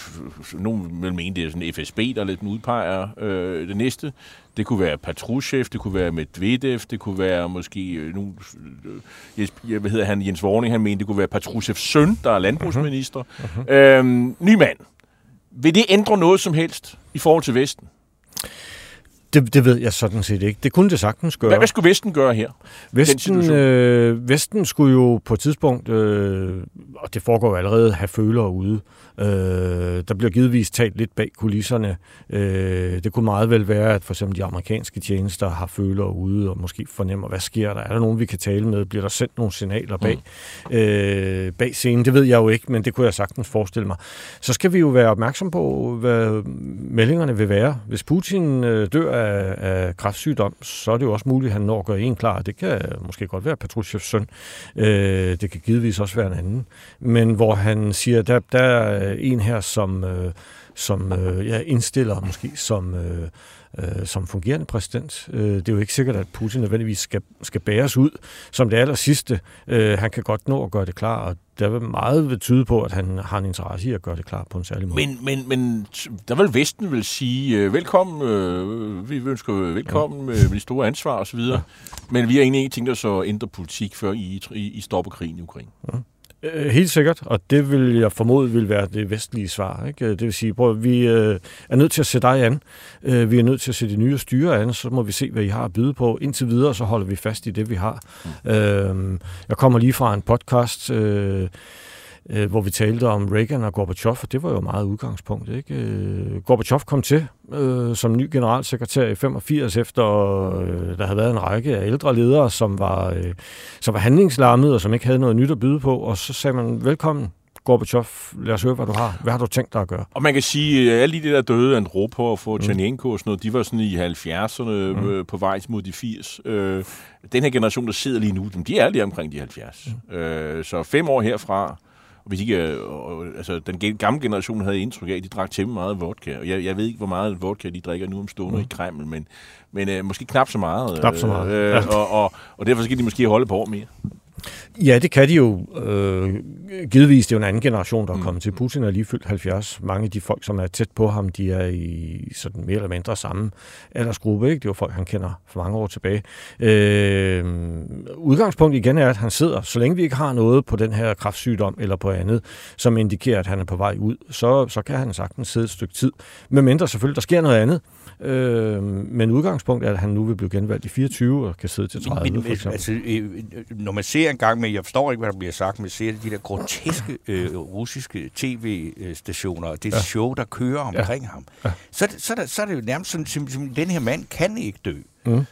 nogen vil mene, det er sådan FSB, der lidt udpeger det næste. Det kunne være Patrushev, det kunne være Medvedev, det kunne være måske Jens Worning, han mente, det kunne være Patrushevs søn, der er landbrugsminister. Ny mand. Vil det ændre noget som helst i forhold til Vesten? Det ved jeg sådan set ikke. Det kunne det sagtens gøre. Hvad skulle Vesten gøre her? Vesten skulle jo på et tidspunkt, og det foregår allerede, have følere ude. Der bliver givetvis talt lidt bag kulisserne. Det kunne meget vel være, at for eksempel de amerikanske tjenester har følere ude, og måske fornemmer, hvad sker der? Er der nogen, vi kan tale med? Bliver der sendt nogle signaler bag scenen? Det ved jeg jo ikke, men det kunne jeg sagtens forestille mig. Så skal vi jo være opmærksom på, hvad meldingerne vil være. Hvis Putin dør af kræftsygdom, så er det jo også muligt, at han når at gøre en klar. Det kan måske godt være Patrushevs søn. Det kan givetvis også være en anden. Men hvor han siger, der er en her, som indstiller måske som fungerende præsident. Det er jo ikke sikkert, at Putin nødvendigvis skal bæres ud som det aller sidste. Han kan godt nå at gøre det klar, og der vil meget tyde på, at han har en interesse i at gøre det klar på en særlig måde. Men der vil Vesten vil sige, velkommen, vi ønsker velkommen med det store ansvar osv., men vi har egentlig ikke tænkt os at ændre politik, før I stopper krigen i Ukraine. Helt sikkert, og det vil jeg formode vil være det vestlige svar. Ikke? Det vil sige, vi er nødt til at sætte dig an. Vi er nødt til at sætte de nye styre an, så må vi se, hvad I har at byde på. Indtil videre, så holder vi fast i det, vi har. Jeg kommer lige fra en podcast, hvor vi talte om Reagan og Gorbachev, og det var jo meget udgangspunkt. Ikke? Gorbachev kom til som ny generalsekretær i 85, efter der havde været en række af ældre ledere, som var handlingslammede, og som ikke havde noget nyt at byde på, og så sagde man, velkommen, Gorbachev, lad os høre, hvad du har. Hvad har du tænkt dig at gøre? Og man kan sige, at alle de der døde, Andropov og Fortjanenko og sådan noget, de var sådan i 70'erne på vej mod de 80. Den her generation, der sidder lige nu, de er lige omkring de 70. Så 5 år herfra, hvis ikke, den gamle generation havde indtryk af, at de drak temmelig meget vodka. Og jeg ved ikke, hvor meget vodka de drikker nu om stunder i Kreml, men måske knap så meget. Knap så meget. Og derfor skal de måske holde på år mere. Ja, det kan de jo. Givetvis, det er jo en anden generation, der er kommet til. Putin er lige fyldt 70. Mange af de folk, som er tæt på ham, de er i sådan mere eller mindre samme aldersgruppe. Ikke? Det var folk, han kender for mange år tilbage. Udgangspunktet igen er, at han sidder, så længe vi ikke har noget på den her kræftsygdom eller på andet, som indikerer, at han er på vej ud, så kan han sagtens sidde et stykke tid. Medmindre selvfølgelig, der sker noget andet. Men udgangspunkt er, at han nu vil blive genvalgt i 24 og kan sidde til 30, for eksempel. Altså, når man ser en gang med, jeg forstår ikke, hvad der bliver sagt, men ser de der groteske russiske tv-stationer, og det show, der kører omkring ham, så er det jo nærmest sådan, den her mand kan ikke dø.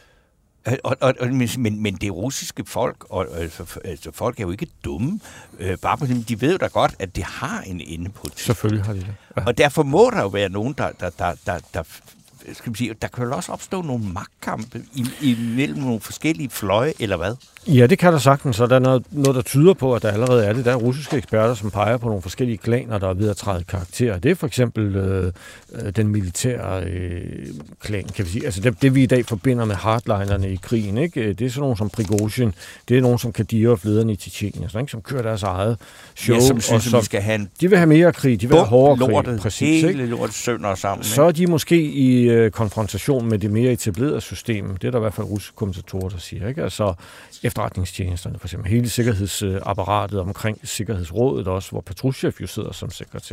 Men det russiske folk, altså folk er jo ikke dumme, bare på dem, de ved jo da godt, at det har en ende på det. Selvfølgelig har de det. Ja. Og derfor må der jo være nogen, der skal man sige, der kan jo også opstå nogle magtkampe imellem nogle forskellige fløje, eller hvad? Ja, det kan der sagtens, så der er noget, der tyder på, at der allerede er det. Der er russiske eksperter, som peger på nogle forskellige klaner, der er ved at træde karakter. Det er for eksempel den militære klan, kan vi sige. Altså det vi i dag forbinder med hardlinerne i krigen, ikke? Det er sådan nogle som Prigozhin, det er nogen som Kadyrov, lederne i Tjetjenien, som kører deres eget show. Ja, som synes, vi skal have de vil have mere krig, de vil have hårdere krig. Præcis, hele lortet sønder sammen. Så er de måske i konfrontation med det mere etablerede system. Det er der i hvert fald russiske kommentatorer, der siger, ikke? Altså efterretningstjenesterne, for eksempel hele sikkerhedsapparatet omkring Sikkerhedsrådet også, hvor Patrushev jo sidder som sekretær.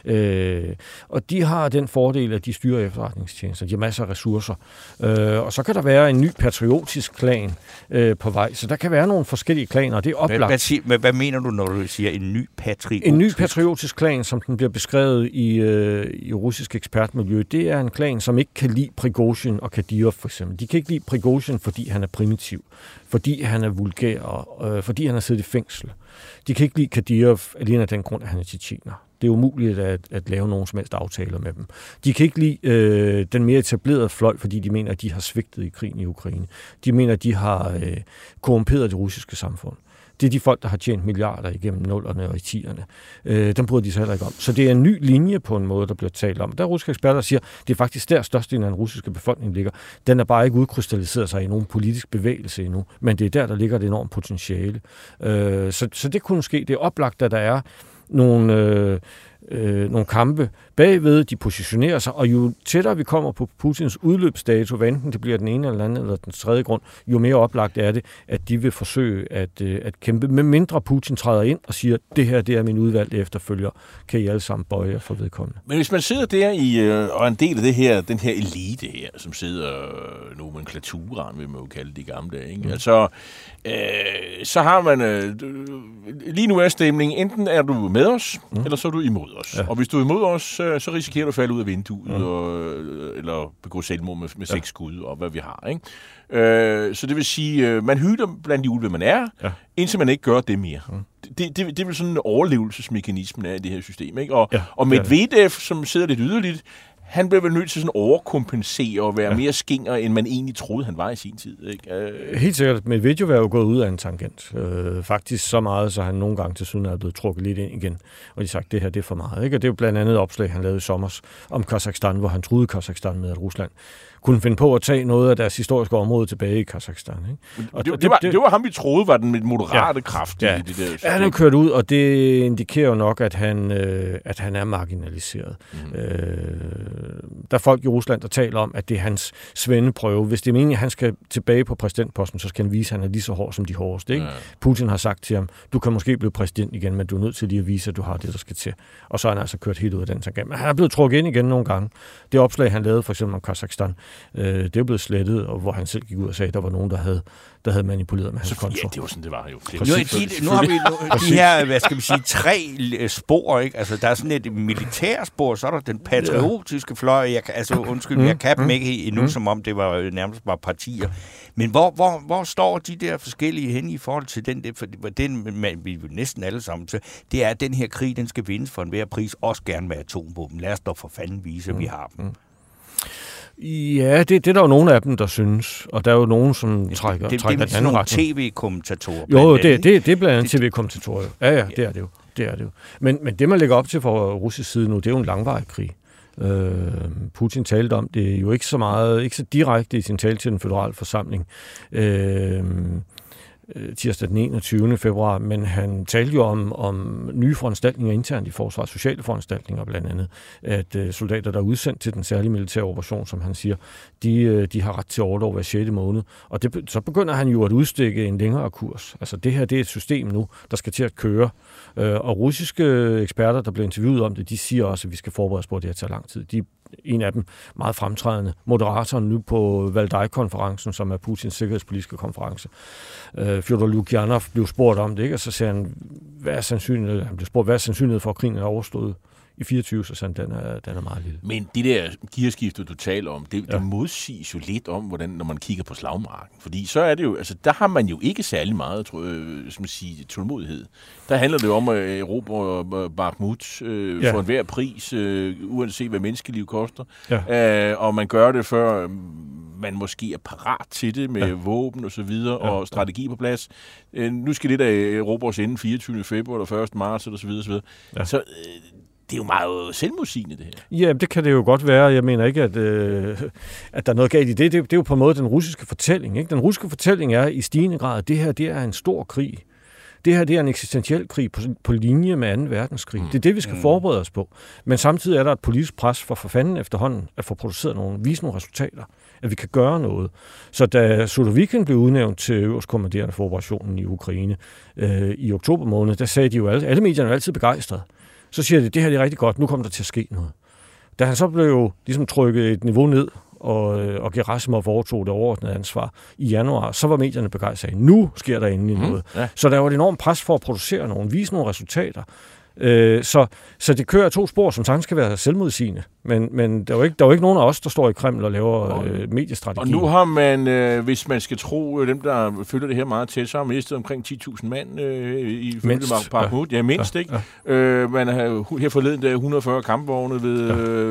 Og de har den fordel, at de styrer efterretningstjenester. De har masser af ressourcer. Og så kan der være en ny patriotisk klan på vej. Så der kan være nogle forskellige klaner, og det er oplagt. Hvad mener du, når du siger en ny patriotisk? En ny patriotisk klan, som den bliver beskrevet i russisk ekspertmiljø, det er en klan, som ikke kan lide Prigozhin og Kadyrov for eksempel. De kan ikke lide Prigozhin, fordi han er primitiv, fordi han er vulgær, og fordi han har siddet i fængsel. De kan ikke lide Kadyrov alene af den grund, at han er tjetjener. Det er umuligt at lave nogen som helst aftaler med dem. De kan ikke lide den mere etablerede fløj, fordi de mener, at de har svigtet i krigen i Ukraine. De mener, at de har korrumperet det russiske samfund. Det er de folk, der har tjent milliarder igennem 0'erne og i 10'erne. Den bryder de sig heller ikke om. Så det er en ny linje på en måde, der bliver talt om. Der er russiske eksperter, der siger, det er faktisk der størstedelen af den russiske befolkning ligger. Den er bare ikke udkrystalliseret sig i nogen politisk bevægelse endnu, men det er der ligger det enormt potentiale. Så det kunne ske. Det er oplagt, at der er nogle kampe bagved, de positionerer sig, og jo tættere vi kommer på Putins udløbsdato, hvad enten det bliver den ene eller anden eller den tredje grund, jo mere oplagt er det, at de vil forsøge at kæmpe, med mindre Putin træder ind og siger, det her det er min udvalgte efterfølger, kan I alle sammen bøje jer for vedkommende. Men hvis man sidder der og en del af det her, den her elite her, som sidder nomenklaturen, vil man jo kalde det i gamle dage, ikke? Altså, så har man lige nu er stemningen, enten er du med os, eller så er du imod os. Ja. Og hvis du er imod os, så risikerer du at falde ud af vinduet, eller begå selvmord med 6 skud, og hvad vi har, ikke? Så det vil sige, man hylder blandt de ulve, man er, indtil man ikke gør det mere. Det er vel sådan en overlevelsesmekanismen af det her system, ikke? Og Medvedev, som sidder lidt yderligt, han blev vel nødt til sådan overkompensere og være mere skinger, end man egentlig troede, han var i sin tid, ikke? Helt sikkert. Medvedev er jo gået ud af en tangent. Faktisk så meget, så han nogle gange til siden er blevet trukket lidt ind igen. Og de sagt, det her det er for meget, ikke? Og det er jo blandt andet et opslag, han lavede i sommer om Kazakhstan, hvor han troede Kazakhstan med, at Rusland kunne finde på at tage noget af deres historiske område tilbage i Kazakhstan, ikke? Og det var ham, vi troede var den moderate kraft i det der system. Ja, han er kørt ud, og det indikerer jo nok, at han er marginaliseret. Der er folk i Rusland, der taler om, at det er hans svendeprøve. Hvis det er meningen, at han skal tilbage på præsidentposten, så skal han vise, at han er lige så hård som de hårdeste, ikke? Putin har sagt til ham, du kan måske blive præsident igen, men du er nødt til lige at vise, at du har det, der skal til. Og så er han altså kørt helt ud af den tangent. Men han er blevet trukket ind igen nogle gange. Det opslag, han lavede for eksempel om Kazakhstan, det er blevet slettet, og hvor han selv gik ud og sagde, at der var nogen, der havde manipuleret med hans konto. Ja, det var sådan, det var jo. Nu har vi de her, hvad skal vi sige, 3 spor, ikke? Altså, der er sådan et militært spor, så er der den patriotiske fløj. Jeg kan dem ikke endnu, som om det var nærmest bare partier. Men hvor står de der forskellige hen i forhold til den, for den vi vil næsten alle sammen til, det er, at den her krig, den skal vindes for enhver pris, også gerne med atomvåben. Lad os dog for fanden vise, at vi har dem. Ja, det er der jo nogle af dem, der synes, og der er jo nogen, som trækker den anden retning. TV-kommentatorer. Jo, det er blandt andet TV-kommentatorer. Ja, det er det jo. Men det, man lægger op til fra russisk side nu, det er jo en langvarig krig. Putin talte om det jo ikke så direkte i sin tale til den føderale forsamling. Tirsdag den 21. februar, men han talte jo om nye foranstaltninger internt i forsvaret, sociale foranstaltninger blandt andet, at soldater, der er udsendt til den særlige militære operation, som han siger, de har ret til orlov hver 6. måned. Og så begynder han jo at udstikke en længere kurs. Altså det her, det er et system nu, der skal til at køre. Og russiske eksperter, der bliver interviewet om det, de siger også, at vi skal forberede os på, at det her tager lang tid. en af dem meget fremtrædende, moderatoren nu på Valdai-konferencen, som er Putins sikkerhedspolitiske konference. Fyodor Lukyanov blev spurgt om det, ikke? Og så siger han, hvad er sandsynlighed for, at krigen er overstået i 24, så sådan, den er meget lille. Men det der gearskifte, du taler om, det modsiges jo lidt om, hvordan, når man kigger på slagmarken. Fordi så er det jo, altså der har man jo ikke særlig meget, tror jeg, som man siger, tålmodighed. Der handler det om at erobre Bakhmut for enhver pris, uanset hvad menneskeliv koster. Ja. Og man gør det, før man måske er parat til det med våben og så videre, og strategi på plads. Nu skal det der erobres inden 24. februar eller 1. marts, og så videre, så videre. Ja. Så det er jo meget selvmodsigende, det her. Ja, det kan det jo godt være. Jeg mener ikke, at der er noget galt i det. Det er jo på en måde den russiske fortælling. Ikke? Den russiske fortælling er i stigende grad, at det her det er en stor krig. Det her det er en eksistentiel krig på linje med 2. verdenskrig. Det er det, vi skal forberede os på. Men samtidig er der et politisk pres for fanden efterhånden at få produceret vise nogle resultater. At vi kan gøre noget. Så da Surovikin blev udnævnt til øverstkommanderende for operationen i Ukraine i oktober måned, der sagde de jo alle medierne er altid begejstrede. Så siger de, det her er rigtig godt, nu kommer der til at ske noget. Da han så blev ligesom trykket et niveau ned, og Gerasimov overtog det overordnede ansvar i januar, så var medierne begejstrede. Nu sker der endelig noget. Ja. Så der var et enormt pres for at producere vise nogle resultater. Så det kører 2 spor, som sagtens skal være selvmodsigende. Men der er jo ikke nogen af os, der står i Kreml og laver mediestrategi. Og nu har man, hvis man skal tro dem, der følger det her meget tæt, så har man mistet omkring 10.000 mand i Bakhmut. Ja, mindst, ikke? Ja. Man har her forleden der 140 kampvogne ved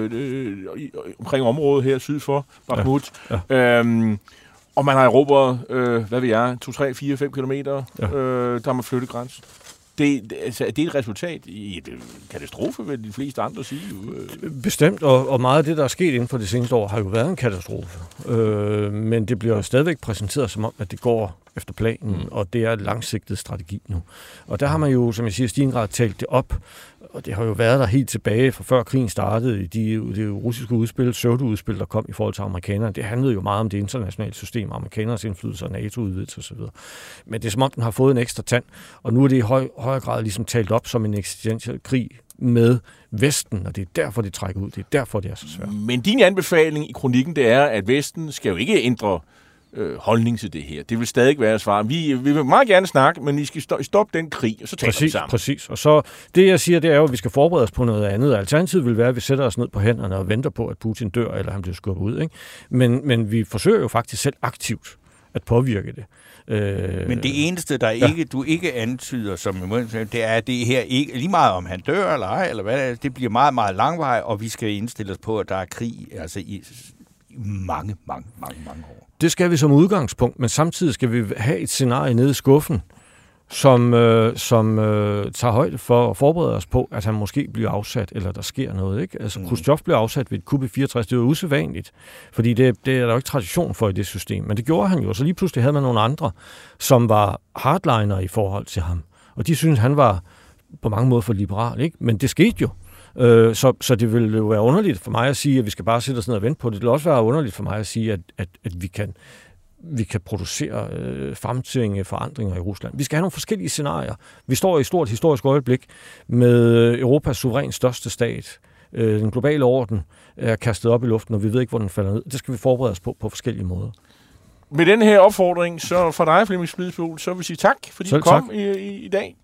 omkring området her syd for Bakhmut. Ja. Og man har erobret, 2, 3, 4, 5 kilometer, der har man flyttet grænsen. Det er et resultat i en katastrofe, vil de fleste andre sige. Bestemt, og meget af det, der er sket inden for det seneste år, har jo været en katastrofe. Men det bliver stadigvæk præsenteret som om, at det går efter planen, og det er en langsigtet strategi nu. Og der har man jo, som jeg siger, i stigende grad talt det op, og det har jo været der helt tilbage fra før krigen startede, i det russiske udspil, pseudo-udspil, der kom i forhold til amerikanerne. Det handlede jo meget om det internationale system, amerikanernes indflydelse og NATO-udvidelse osv. Men det er som om, den har fået en ekstra tand, og nu er det i højere grad ligesom talt op som en eksistentiel krig med Vesten, og det er derfor, det trækker ud. Det er derfor, det er så svært. Men din anbefaling i kronikken, det er, at Vesten skal jo ikke ændre holdning til det her. Det vil stadig være svar. Vi vil meget gerne snakke, men I skal stoppe den krig, og så taler vi sammen. Præcis. Og så det, jeg siger, det er jo, at vi skal forberede os på noget andet. Alternativet vil være, at vi sætter os ned på hænderne og venter på, at Putin dør, eller han bliver skubbet ud. Ikke? Men vi forsøger jo faktisk selv aktivt at påvirke det. Men det eneste, du ikke antyder, som det er, at det her ikke lige meget om han dør eller ej, eller hvad det bliver meget, meget langvej, og vi skal indstille os på, at der er krig altså i mange år. Det skal vi som udgangspunkt, men samtidig skal vi have et scenarie nede i skuffen, som tager højde for at forberede os på, at han måske bliver afsat, eller der sker noget. Ikke? Altså, Khrushchev blev afsat ved et kup i 64. Det var usædvanligt, fordi det er der jo ikke tradition for i det system. Men det gjorde han jo, så lige pludselig havde man nogle andre, som var hardliner i forhold til ham. Og de synes han var på mange måder for liberal, ikke? Men det skete jo. Så det vil jo være underligt for mig at sige, at vi skal bare sætte os ned og vente på det. Det vil også være underligt for mig at sige, at vi kan producere fremtidige forandringer i Rusland. Vi skal have nogle forskellige scenarier. Vi står i et stort historisk øjeblik med Europas suverænt største stat. Den globale orden er kastet op i luften, og vi ved ikke, hvor den falder ned. Det skal vi forberede os på forskellige måder. Med den her opfordring, så for dig, Flemming Splidsbol, så vil jeg sige tak, fordi du kom i dag.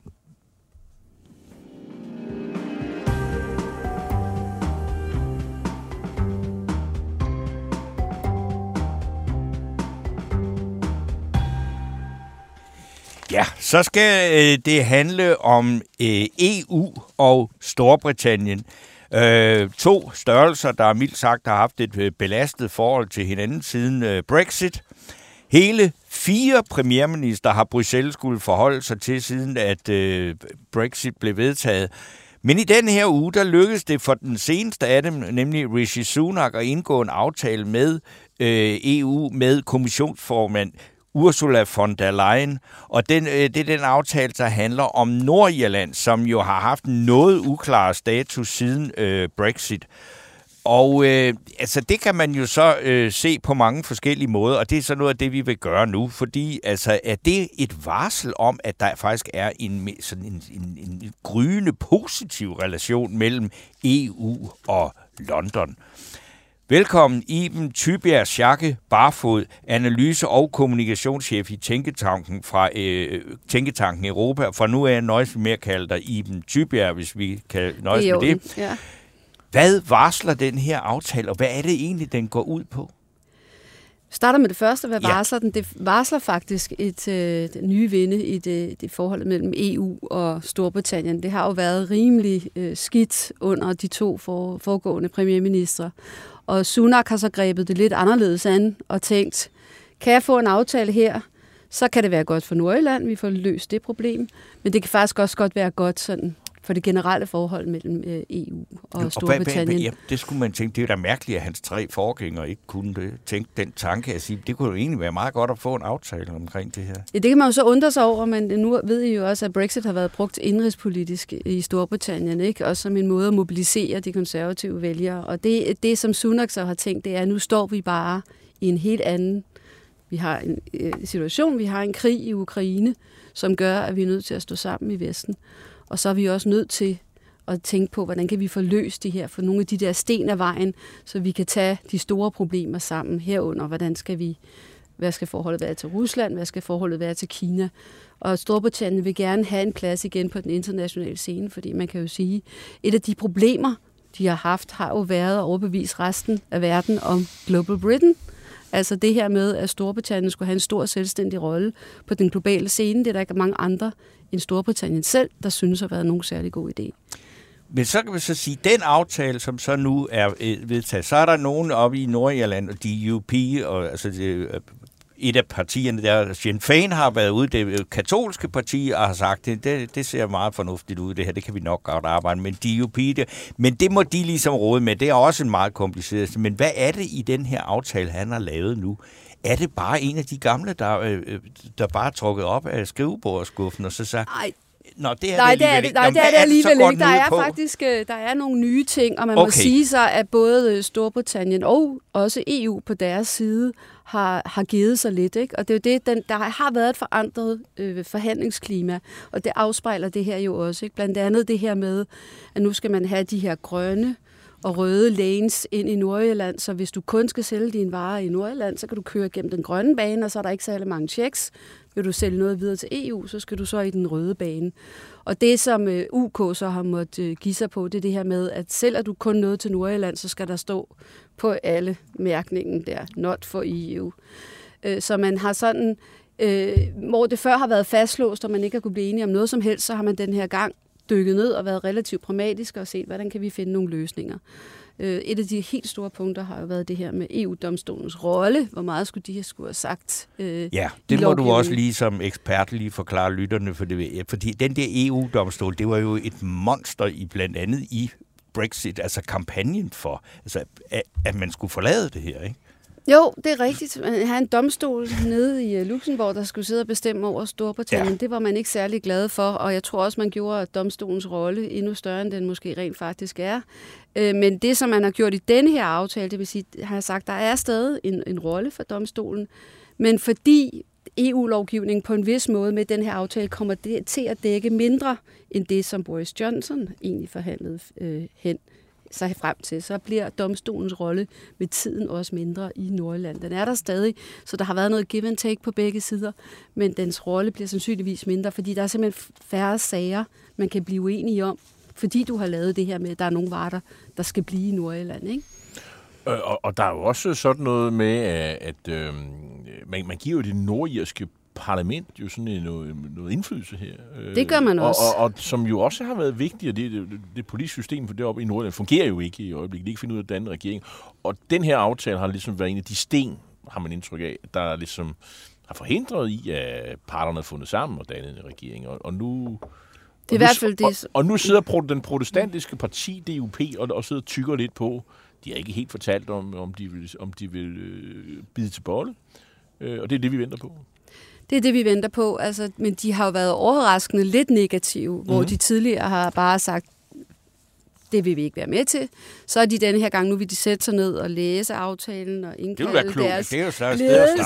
Ja, så skal det handle om EU og Storbritannien. 2 størrelser, der mildt sagt har haft et belastet forhold til hinanden siden Brexit. Hele 4 premierminister har Bruxelles skulle forholde sig til, siden at Brexit blev vedtaget. Men i den her uge, der lykkedes det for den seneste af dem, nemlig Rishi Sunak, at indgå en aftale med EU, med kommissionsformand Ursula von der Leyen, og det er den aftale, der handler om Nordirland, som jo har haft noget uklar status siden Brexit. Og altså det kan man jo så se på mange forskellige måder, og det er så noget af det, vi vil gøre nu, fordi altså er det et varsel om, at der faktisk er en gryende positiv relation mellem EU og London. Velkommen Iben Tybjerg Schacke Barfod, analyse- og kommunikationschef i Tænketanken Europa. For nu er jeg nøjes med at kalde dig Iben Tybjerg, hvis vi kan nøjes med det. Ja. Hvad varsler den her aftale, og hvad er det egentlig, den går ud på? Starter med det første, hvad varsler den? Det varsler faktisk et nye vinde i det forhold mellem EU og Storbritannien. Det har jo været rimelig skidt under de to foregående premierministre. Og Sunak har så grebet det lidt anderledes an og tænkt, kan jeg få en aftale her, så kan det være godt for Nordirland, vi får løst det problem. Men det kan faktisk også godt være godt sådan for det generelle forhold mellem EU og Storbritannien. Det skulle man tænke, det er jo da mærkeligt, at hans 3 forgængere ikke kunne tænke den tanke at sige, det kunne jo egentlig være meget godt at få en aftale omkring det her. Ja, det kan man jo så undre sig over, men nu ved I jo også, at Brexit har været brugt indrigspolitisk i Storbritannien, ikke? Også som en måde at mobilisere de konservative vælgere. Og det som Sunak så har tænkt, det er, at nu står vi bare i en helt anden. Vi har en situation, vi har en krig i Ukraine, som gør, at vi er nødt til at stå sammen i Vesten. Og så er vi også nødt til at tænke på, hvordan kan vi få løst det her for nogle af de der sten af vejen, så vi kan tage de store problemer sammen herunder. Hvad skal forholdet være til Rusland? Hvad skal forholdet være til Kina? Og Storbritannien vil gerne have en plads igen på den internationale scene, fordi man kan jo sige, et af de problemer, de har haft, har jo været at overbevise resten af verden om Global Britain. Altså det her med, at Storbritannien skulle have en stor selvstændig rolle på den globale scene. Det er der ikke mange andre end Storbritannien selv, der synes har været nogen særlig god idé. Men så kan vi så sige, den aftale, som så nu er vedtaget, så er der nogen oppe i Nordirland, og DUP, og altså et af partierne der, Sinn Féin har været ude, det katolske parti, og har sagt, det ser meget fornuftigt ud, det her, det kan vi nok godt arbejde med. DUP, men det må de ligesom råde med, det er også en meget kompliceret. Men hvad er det i den her aftale, han har lavet nu? Er det bare en af de gamle, der bare er trukket op af skrivebordskuffen, og så sagt... Nej, det er det alligevel ikke. Der er nogle nye ting, og man må sige sig, at både Storbritannien og også EU på deres side har givet sig lidt, ikke? Og det er jo det, der har været et forandret forhandlingsklima, og det afspejler det her jo også, ikke? Blandt andet det her med, at nu skal man have de her grønne og røde lanes ind i Nordirland, så hvis du kun skal sælge dine varer i Nordirland, så kan du køre gennem den grønne bane, og så er der ikke særlig mange checks. Vil du sælge noget videre til EU, så skal du så i den røde bane. Og det, som UK så har måttet give sig på, det er det her med, at sælger du kun noget til Nordirland, så skal der stå på alle mærkningen der, not for EU. Så man har sådan, hvor det før har været fastlåst, og man ikke har kunne blive enige om noget som helst, så har man den her gang dykket ned og været relativt pragmatisk og set, hvordan kan vi finde nogle løsninger. Et af de helt store punkter har jo været det her med EU-domstolens rolle. Hvor meget skulle de have sagt? Ja, det må du også lige som ekspert lige forklare lytterne, fordi den der EU-domstol, det var jo et monster i blandt andet i Brexit, altså kampagnen for, altså, at man skulle forlade det her, ikke? Jo, det er rigtigt. Man har en domstol nede i Luxembourg, der skulle sidde og bestemme over Storbritannien. Ja. Det var man ikke særlig glad for, og jeg tror også, man gjorde domstolens rolle endnu større, end den måske rent faktisk er. Men det, som man har gjort i denne her aftale, det vil sige, har jeg sagt, der er stadig en rolle for domstolen, men fordi EU-lovgivningen på en vis måde med den her aftale kommer det til at dække mindre end det, som Boris Johnson egentlig forhandlede hen sig frem til, så bliver domstolens rolle med tiden også mindre i Nordirland. Den er der stadig, så der har været noget give and take på begge sider, men dens rolle bliver sandsynligvis mindre, fordi der er simpelthen færre sager, man kan blive uenige om, fordi du har lavet det her med, at der er nogle varer, der skal blive i Nordirland, ikke? Og der er jo også sådan noget med, at man giver jo det nordirske parlament jo sådan noget indflydelse her. Det gør man også. Og som jo også har været vigtigt, og det politiske system for deroppe i Nordjylland fungerer jo ikke i øjeblikket. De ikke finde ud af den anden regering. Og den her aftale har ligesom været en af de sten, har man indtryk af, der ligesom har forhindret i, at parterne har fundet sammen og dannet en regering. Og nu... Det er i hvert fald det. Og nu sidder den protestantiske parti, DUP, og sidder og tykker lidt på. De har ikke helt fortalt om de vil bide til bolle. Og det er det, vi venter på. Det er det, vi venter på. Altså, men de har jo været overraskende lidt negative, hvor de tidligere har bare sagt, det vil vi ikke være med til. Så er de denne her gang, nu vil de sætte sig ned og læse aftalen og indkalde deres ledelse.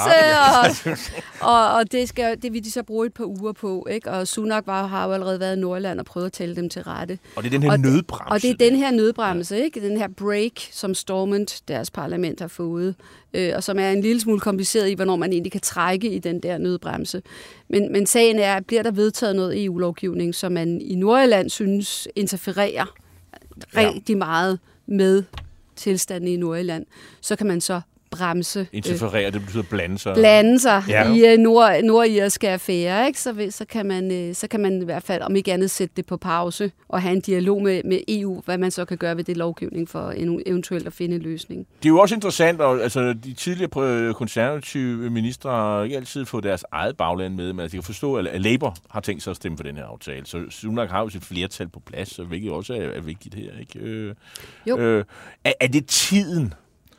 Og det vil de så bruge et par uger på. Ikke? Og Sunak har jo allerede været i Nordjylland og prøvet at tælle dem til rette. Og det er den her nødbremse. Og det er den her nødbremse, ikke? Den her break, som Stormont, deres parlament, har fået. Og som er en lille smule kompliceret i, hvornår man egentlig kan trække i den der nødbremse. Men sagen er, bliver der vedtaget noget EU-lovgivning, som man i Nordjylland synes interfererer rigtig meget med tilstanden i Nordjylland, så kan man så bremse. Interferere, det betyder blande sig. Blande sig i nordirske affærer, ikke? Så kan man i hvert fald, om ikke andet, sætte det på pause og have en dialog med EU, hvad man så kan gøre ved det lovgivning for eventuelt at finde en løsning. Det er jo også interessant, og altså, de tidligere konservative ministre har ikke altid fået deres eget bagland med, men altså, jeg kan forstå, at Labour har tænkt sig at stemme for den her aftale, så Sunak har jo sit flertal på plads, hvilket også er vigtigt her, ikke? Jo. Er det tiden?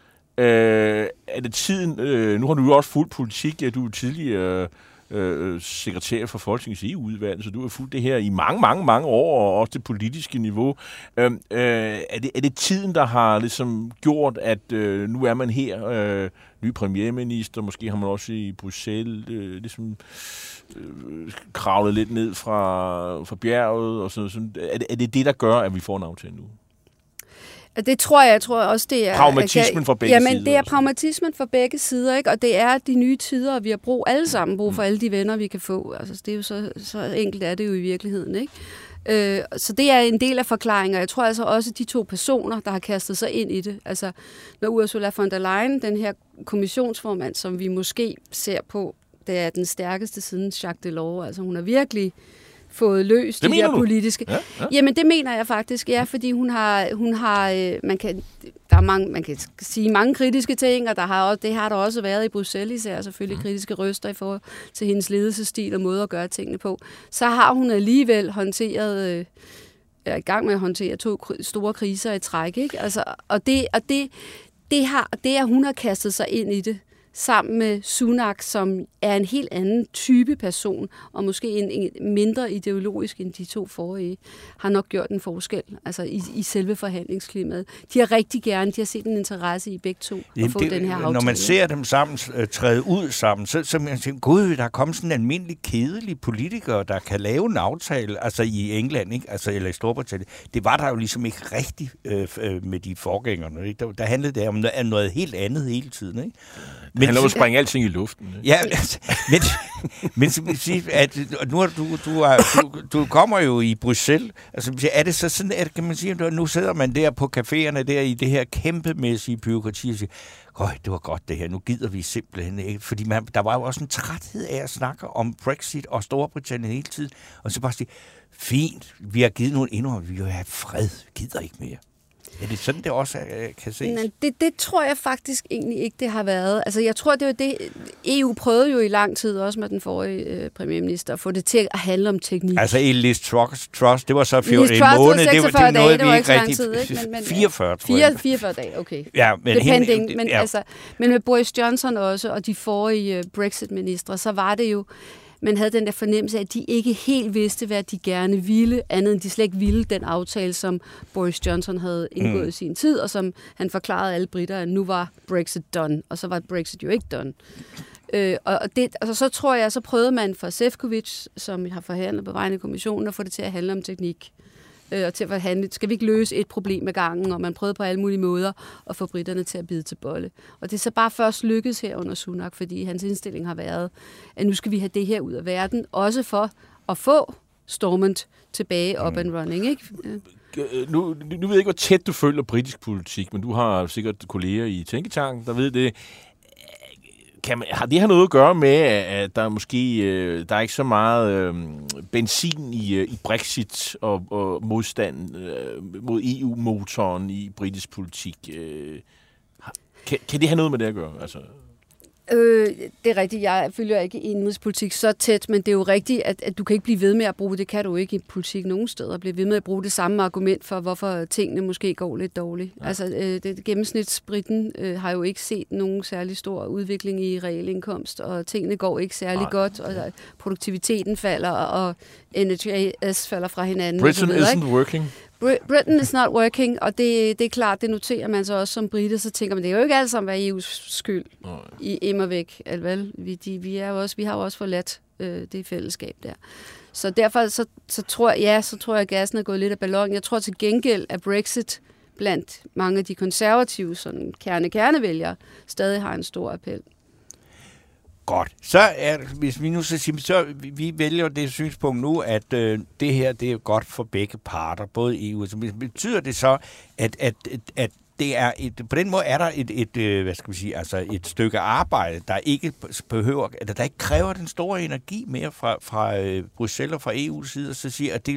Er det tiden? Nu har du jo også fulgt politik. Ja, du er tidligere sekretær for Folketingets EU-udvalg, så du har fulgt det her i mange år, og også det politiske niveau. Er det tiden, der har ligesom gjort, at nu er man her, ny premierminister, måske har man også i Bruxelles ligesom kravlet lidt ned fra bjerget, og sådan. Er det det, der gør, at vi får en aftale nu? Det tror jeg også, det er... Pragmatismen for begge sider. Jamen, det er pragmatismen for begge sider, ikke? Og det er de nye tider, og vi har alle sammen brug for alle de venner, vi kan få. Altså, det er jo så enkelt er det jo i virkeligheden, ikke? Så det er en del af forklaringen, og jeg tror altså også, de to personer, der har kastet sig ind i det. Altså, når Ursula von der Leyen, den her kommissionsformand, som vi måske ser på, det er den stærkeste siden Jacques Delors. Altså, hun har virkelig fået løst de her politiske. Ja. Jamen det mener jeg faktisk, ja, fordi hun har man kan sige mange kritiske ting, og det har der også været i Bruxelles, især selvfølgelig kritiske røster i forhold til hendes ledelsesstil og måde at gøre tingene på. Så har hun alligevel håndteret er i gang med at håndtere 2 store kriser i træk, ikke? Altså, og det at hun har kastet sig ind i det sammen med Sunak, som er en helt anden type person, og måske en mindre ideologisk end de to forrige, har nok gjort en forskel altså i selve forhandlingsklimaet. De har set en interesse i begge to at få den her aftale. Når man ser dem sammen træde ud sammen, så man tænker, gud, der er kommet sådan en almindelig kedelig politiker, der kan lave en aftale, altså i England, ikke? Altså, eller i Storbritannien. Det var der jo ligesom ikke rigtigt med de forgængerne. Ikke? Der handlede det om noget helt andet hele tiden, ikke? Det handler om at springe alting i luften. Ikke? Ja, altså, men at nu du kommer jo i Bruxelles. Altså, er det så sådan, at kan man sige, at nu sidder man der på caféerne der i det her kæmpemæssige bureaukrati og siger, det var godt det her, nu gider vi simpelthen ikke. Fordi der var jo også en træthed af at snakke om Brexit og Storbritannien hele tiden. Og så bare sige, fint, vi har givet nogle indhold, vi vil have fred, gider ikke mere. Er det sådan, det også kan ses? Det tror jeg faktisk egentlig ikke, det har været. Altså, jeg tror, det var det... EU prøvede jo i lang tid, også med den forrige premierminister, at få det til at handle om teknik. Altså, Liz Truss, det var så en måned. Det var noget, vi ikke rigtig... Tid, ikke? Men 44, tror jeg. 44 dage, okay. Ja, men med Boris Johnson også, og de forrige Brexit-ministre, så var det jo... Man havde den der fornemmelse af, at de ikke helt vidste, hvad de gerne ville, andet end de slet ikke ville den aftale, som Boris Johnson havde indgået i sin tid, og som han forklarede alle britter, at nu var Brexit done, og så var Brexit jo ikke done. Og så tror jeg, så prøvede man for Šefčovič, som har forhandlet på vegne af kommissionen, at få det til at handle om teknik. Og til at forhandle, skal vi ikke løse et problem ad gangen, og man prøvede på alle mulige måder at få britterne til at bide til bolle. Og det er så bare først lykkedes her under Sunak, fordi hans indstilling har været, at nu skal vi have det her ud af verden, også for at få Stormont tilbage up and running, ikke? Nu ved jeg ikke, hvor tæt du følger britisk politik, men du har sikkert kolleger i Tænketanken, der ved det. Har det her noget at gøre med, at der måske der er ikke så meget benzin i Brexit og modstand mod EU-motoren i britisk politik? Kan det have noget med det at gøre? Altså? Det er rigtigt. Jeg følger ikke indenrigspolitik så tæt, men det er jo rigtigt, at du kan ikke blive ved med at bruge det. Kan du ikke i politik nogen steder. Blive ved med at bruge det samme argument for, hvorfor tingene måske går lidt dårligt. Ja. Altså, gennemsnitsbritten har jo ikke set nogen særlig stor udvikling i realindkomst, og tingene går ikke særlig godt, og produktiviteten falder, og NHS falder fra hinanden. Britain isn't working. Britain is not working, og det er klart, det noterer man så også som brite, så tænker man, det er jo ikke alt sammen EU's skyld i immer væk. Vi har jo også forladt det fællesskab der. Så derfor så tror jeg, at gassen er gået lidt af ballon. Jeg tror til gengæld, at Brexit blandt mange af de konservative sådan kernevælgere stadig har en stor appel. Godt. Hvis vi nu så siger, så vi vælger det synspunkt nu, at det her det er godt for begge parter, både EU og så betyder det så, at det er på den måde er der et stykke arbejde, der ikke behøver, der ikke kræver den store energi mere fra Bruxelles og fra EU's side, og så siger at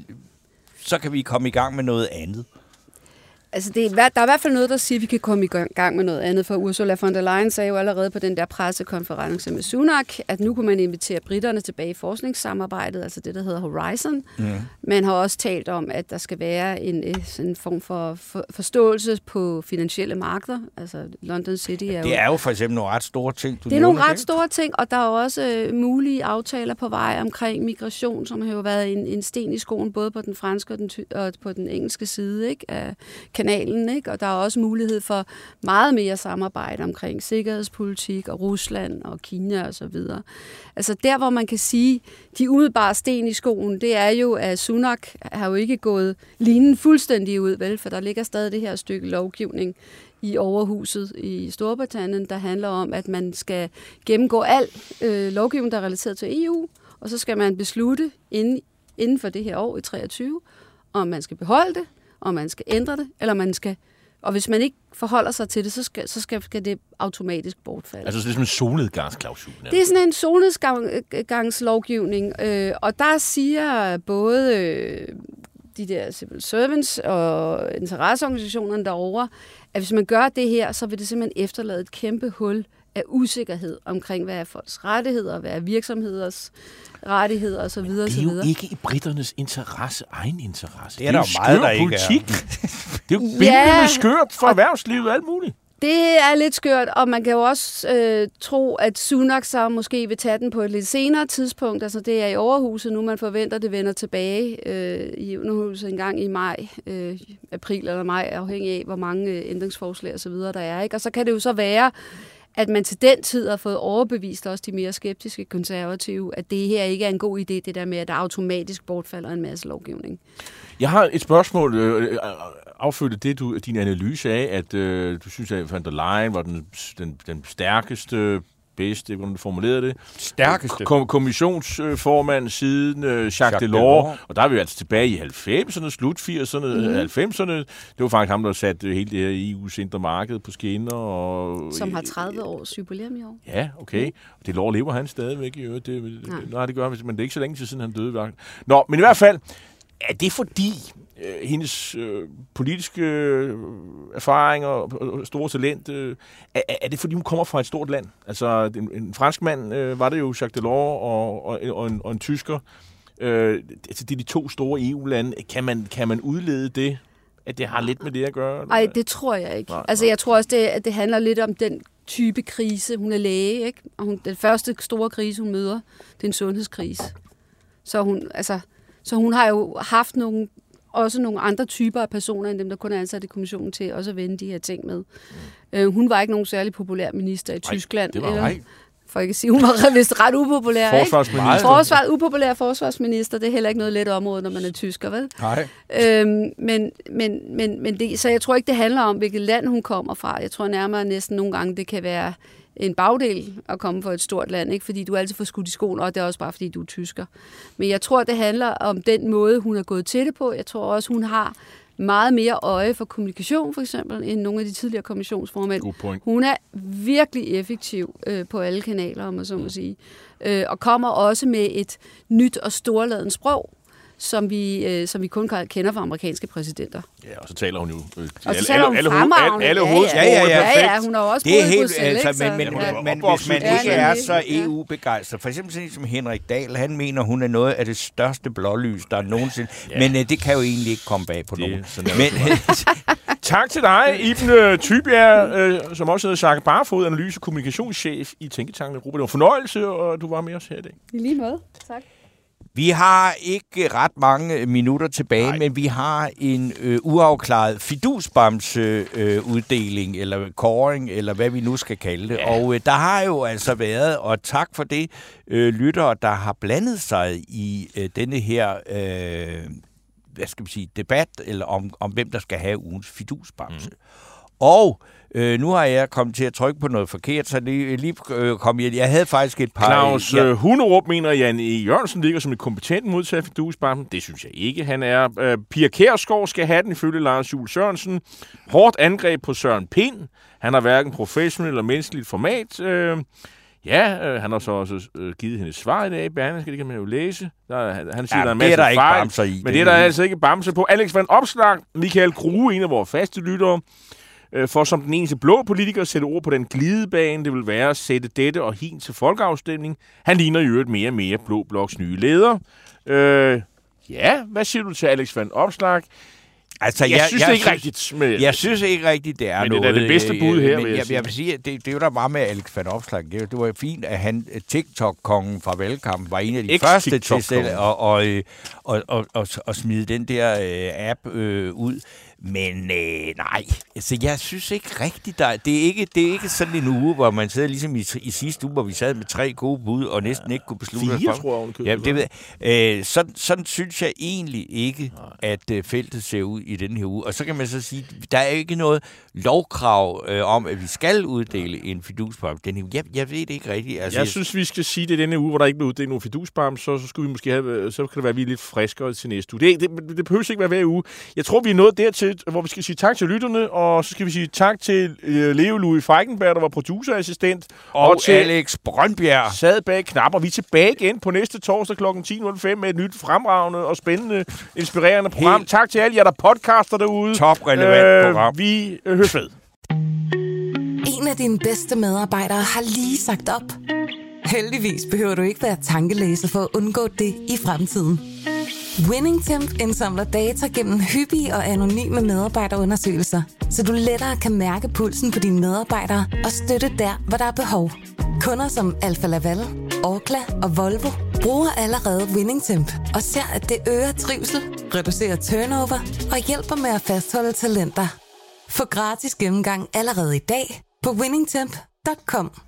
så kan vi komme i gang med noget andet. Altså der er i hvert fald noget, der siger, at vi kan komme i gang med noget andet, for Ursula von der Leyen sagde jo allerede på den der pressekonference med Sunak, at nu kunne man invitere britterne tilbage i forskningssamarbejdet, altså det, der hedder Horizon. Man har også talt om, at der skal være en form for forståelse på finansielle markeder, altså London City er jo... Det er jo for eksempel nogle ret store ting. Det er nogle ret store ting, og der er også mulige aftaler på vej omkring migration, som har jo været en sten i skoen, både på den franske og på den engelske side, ikke, af kanalen, ikke? Og der er også mulighed for meget mere samarbejde omkring sikkerhedspolitik og Rusland og Kina og så videre. Altså der, hvor man kan sige, de umiddelbare sten i skoen, det er jo, at Sunak har jo ikke gået linen fuldstændig ud, vel? For der ligger stadig det her stykke lovgivning i overhuset i Storbritannien, der handler om, at man skal gennemgå al lovgivning, der er relateret til EU, og så skal man beslutte inden for det her år i 2023, om man skal beholde det, om man skal ændre det, eller man skal... Og hvis man ikke forholder sig til det, så skal det automatisk bortfalde. Altså det er sådan en solnedgangsklausul? Det er sådan en solnedgangslovgivning, og der siger både de der civil servants og interesseorganisationerne derovre, at hvis man gør det her, så vil det simpelthen efterlade et kæmpe hul af usikkerhed omkring, hvad er folks rettigheder, hvad er virksomheders rettigheder osv. Men det er jo ikke i britternes egen interesse. Det er der jo meget, der ikke er. Det er jo bindende skørt for erhvervslivet og alt muligt. Det er lidt skørt, og man kan jo også tro, at Sunak så måske vil tage den på et lidt senere tidspunkt. Altså det er i overhuset nu, man forventer, det vender tilbage i underhuset en gang i maj, april eller maj, afhængig af, hvor mange ændringsforslag og så videre der er. Ikke? Og så kan det jo så være, at man til den tid har fået overbevist også de mere skeptiske konservative, at det her ikke er en god idé, det der med, at der automatisk bortfalder en masse lovgivning. Jeg har et spørgsmål, affødte din analyse af, at du synes, at von der Leyen var den stærkeste, bedste, hvordan du formulerede det. Stærkeste. Kommissionsformand siden Jacques Delors. Og der er vi altså tilbage i 90'erne, slut 80'erne, 90'erne. Det var faktisk ham, der satte hele det her EU's indre marked på skinner. Som har 30 års jubilæum i år. Ja, okay. Og Delors lever han stadigvæk i øvrigt. Nej, det gør han, men det er ikke så længe siden, han døde. Nå, men i hvert fald, er det fordi hendes politiske erfaringer og store talent, er det fordi hun kommer fra et stort land? Altså en fransk mand var det jo, Jacques Delors, og en tysker. Altså det er de to store EU-lande. Kan man udlede det, at det har lidt med det at gøre? Nej, det tror jeg ikke. Altså jeg tror også, at det handler lidt om den type krise. Hun er læge, ikke? Og den første store krise, hun møder, det er en sundhedskrise. Så hun har jo haft også nogle andre typer af personer, end dem, der kun er ansat i kommissionen til også at vende de her ting med. Hun var ikke nogen særlig populær minister i Tyskland. Det var for ikke at sige, hun var vist ret upopulær. Forsvarsminister. Upopulær forsvarsminister, det er heller ikke noget let område, når man er tysker, vel? Nej. Så jeg tror ikke, det handler om, hvilket land hun kommer fra. Jeg tror nærmere næsten nogle gange, det kan være en bagdel at komme fra et stort land, ikke? Fordi du altid får skudt i skoen, og det er også bare, fordi du er tysker. Men jeg tror, det handler om den måde, hun er gået til det på. Jeg tror også, hun har meget mere øje for kommunikation, for eksempel, end nogle af de tidligere kommissionsformænd. Hun er virkelig effektiv på alle kanaler, om man så må sige. Og kommer også med et nyt og storladent sprog, som vi kun kender fra amerikanske præsidenter. Ja, og så taler hun jo alle hovedsprog. Ja, hun har jo også det er helt, men hvis man ikke er så EU-begejstret, for eksempel sådan som Henrik Dahl, han mener, hun er noget af det største blålys, der er nogensinde, men det kan jo egentlig ikke komme bag på nogen. Tak til dig, Iben Tybjerg, som også hedder Jacques Barfod, analyse- og kommunikationschef i Tænketanken Europa. Det var en fornøjelse, og du var med os her i dag. I lige måde. Tak. Vi har ikke ret mange minutter tilbage, men vi har en uafklaret fidusbamse-uddeling, eller kåring, eller hvad vi nu skal kalde det. Ja. Og der har jo altså været, og tak for det, lyttere, der har blandet sig i denne her debat, eller om hvem der skal have ugens fidusbamse. Og nu har jeg kommet til at trykke på noget forkert, så lige kom jeg havde faktisk et par... Claus Hunderup mener, at Jan E. Jørgensen ligger som et kompetent modtager for fidusbamsen. Det synes jeg ikke, han er. Pia Kjærsgaard skal have den ifølge Lars Juhl Sørensen. Hårdt angreb på Søren Pind. Han har hverken professionelt eller menneskeligt format. Han har så også givet hende svar i dag. Det kan man jo læse. Han siger, der er en masse fejl, men det er der altså ikke bamse på. Alex Van Opslark, Michael Grue, en af vores faste lyttere, for som den eneste blå politiker at sætte ord på den glidebane, det vil være at sætte dette og hin til folkeafstemning. Han ligner jo et mere og mere Blå Bloks nye leder. Hvad siger du til Alex Van Opslark? Altså, jeg synes ikke rigtigt. Jeg synes ikke rigtigt, det er men noget. Men det er det bedste bud her, vil jeg vil sige. Det er jo der meget med Alex Van Opslark. Det var fint, at han, TikTok-kongen fra valgkampen, var en af de første til selv at smide den der app ud. Men nej, altså jeg synes ikke rigtigt, det er ikke sådan en uge, hvor man sidder ligesom i sidste uge, hvor vi sad med 3 gode bud og næsten ikke kunne beslutte os. 4, tror jeg. Ja, det ved sådan synes jeg egentlig ikke, at feltet ser ud i den her uge. Og så kan man så sige, der er ikke noget lovkrav om, at vi skal uddele en fidusbamse. Jeg ved det ikke rigtigt. Altså, jeg synes, vi skal sige det denne uge, hvor der ikke bliver uddelt nogen fidusbamse, så skulle vi måske have, så kan det være, at vi er lidt friskere til næste uge. Det behøver ikke være hver uge. Jeg tror, vi er nået dertil, hvor vi skal sige tak til lytterne, og så skal vi sige tak til Leo Louis Feigenberg, der var producerassistent, og til Alex Brøndbjerg sad bag knapper. Vi er tilbage igen på næste torsdag kl. 10.05 med et nyt fremragende og spændende, inspirerende program. Tak til alle jer, der podcaster derude. Toprelevant program. Vi høres ved. En af dine bedste medarbejdere har lige sagt op. Heldigvis behøver du ikke være tankelæser for at undgå det i fremtiden. WinningTemp indsamler data gennem hyppige og anonyme medarbejderundersøgelser, så du lettere kan mærke pulsen på dine medarbejdere og støtte der, hvor der er behov. Kunder som Alfa Laval, Orkla og Volvo bruger allerede WinningTemp og ser, at det øger trivsel, reducerer turnover og hjælper med at fastholde talenter. Få gratis gennemgang allerede i dag på winningtemp.com.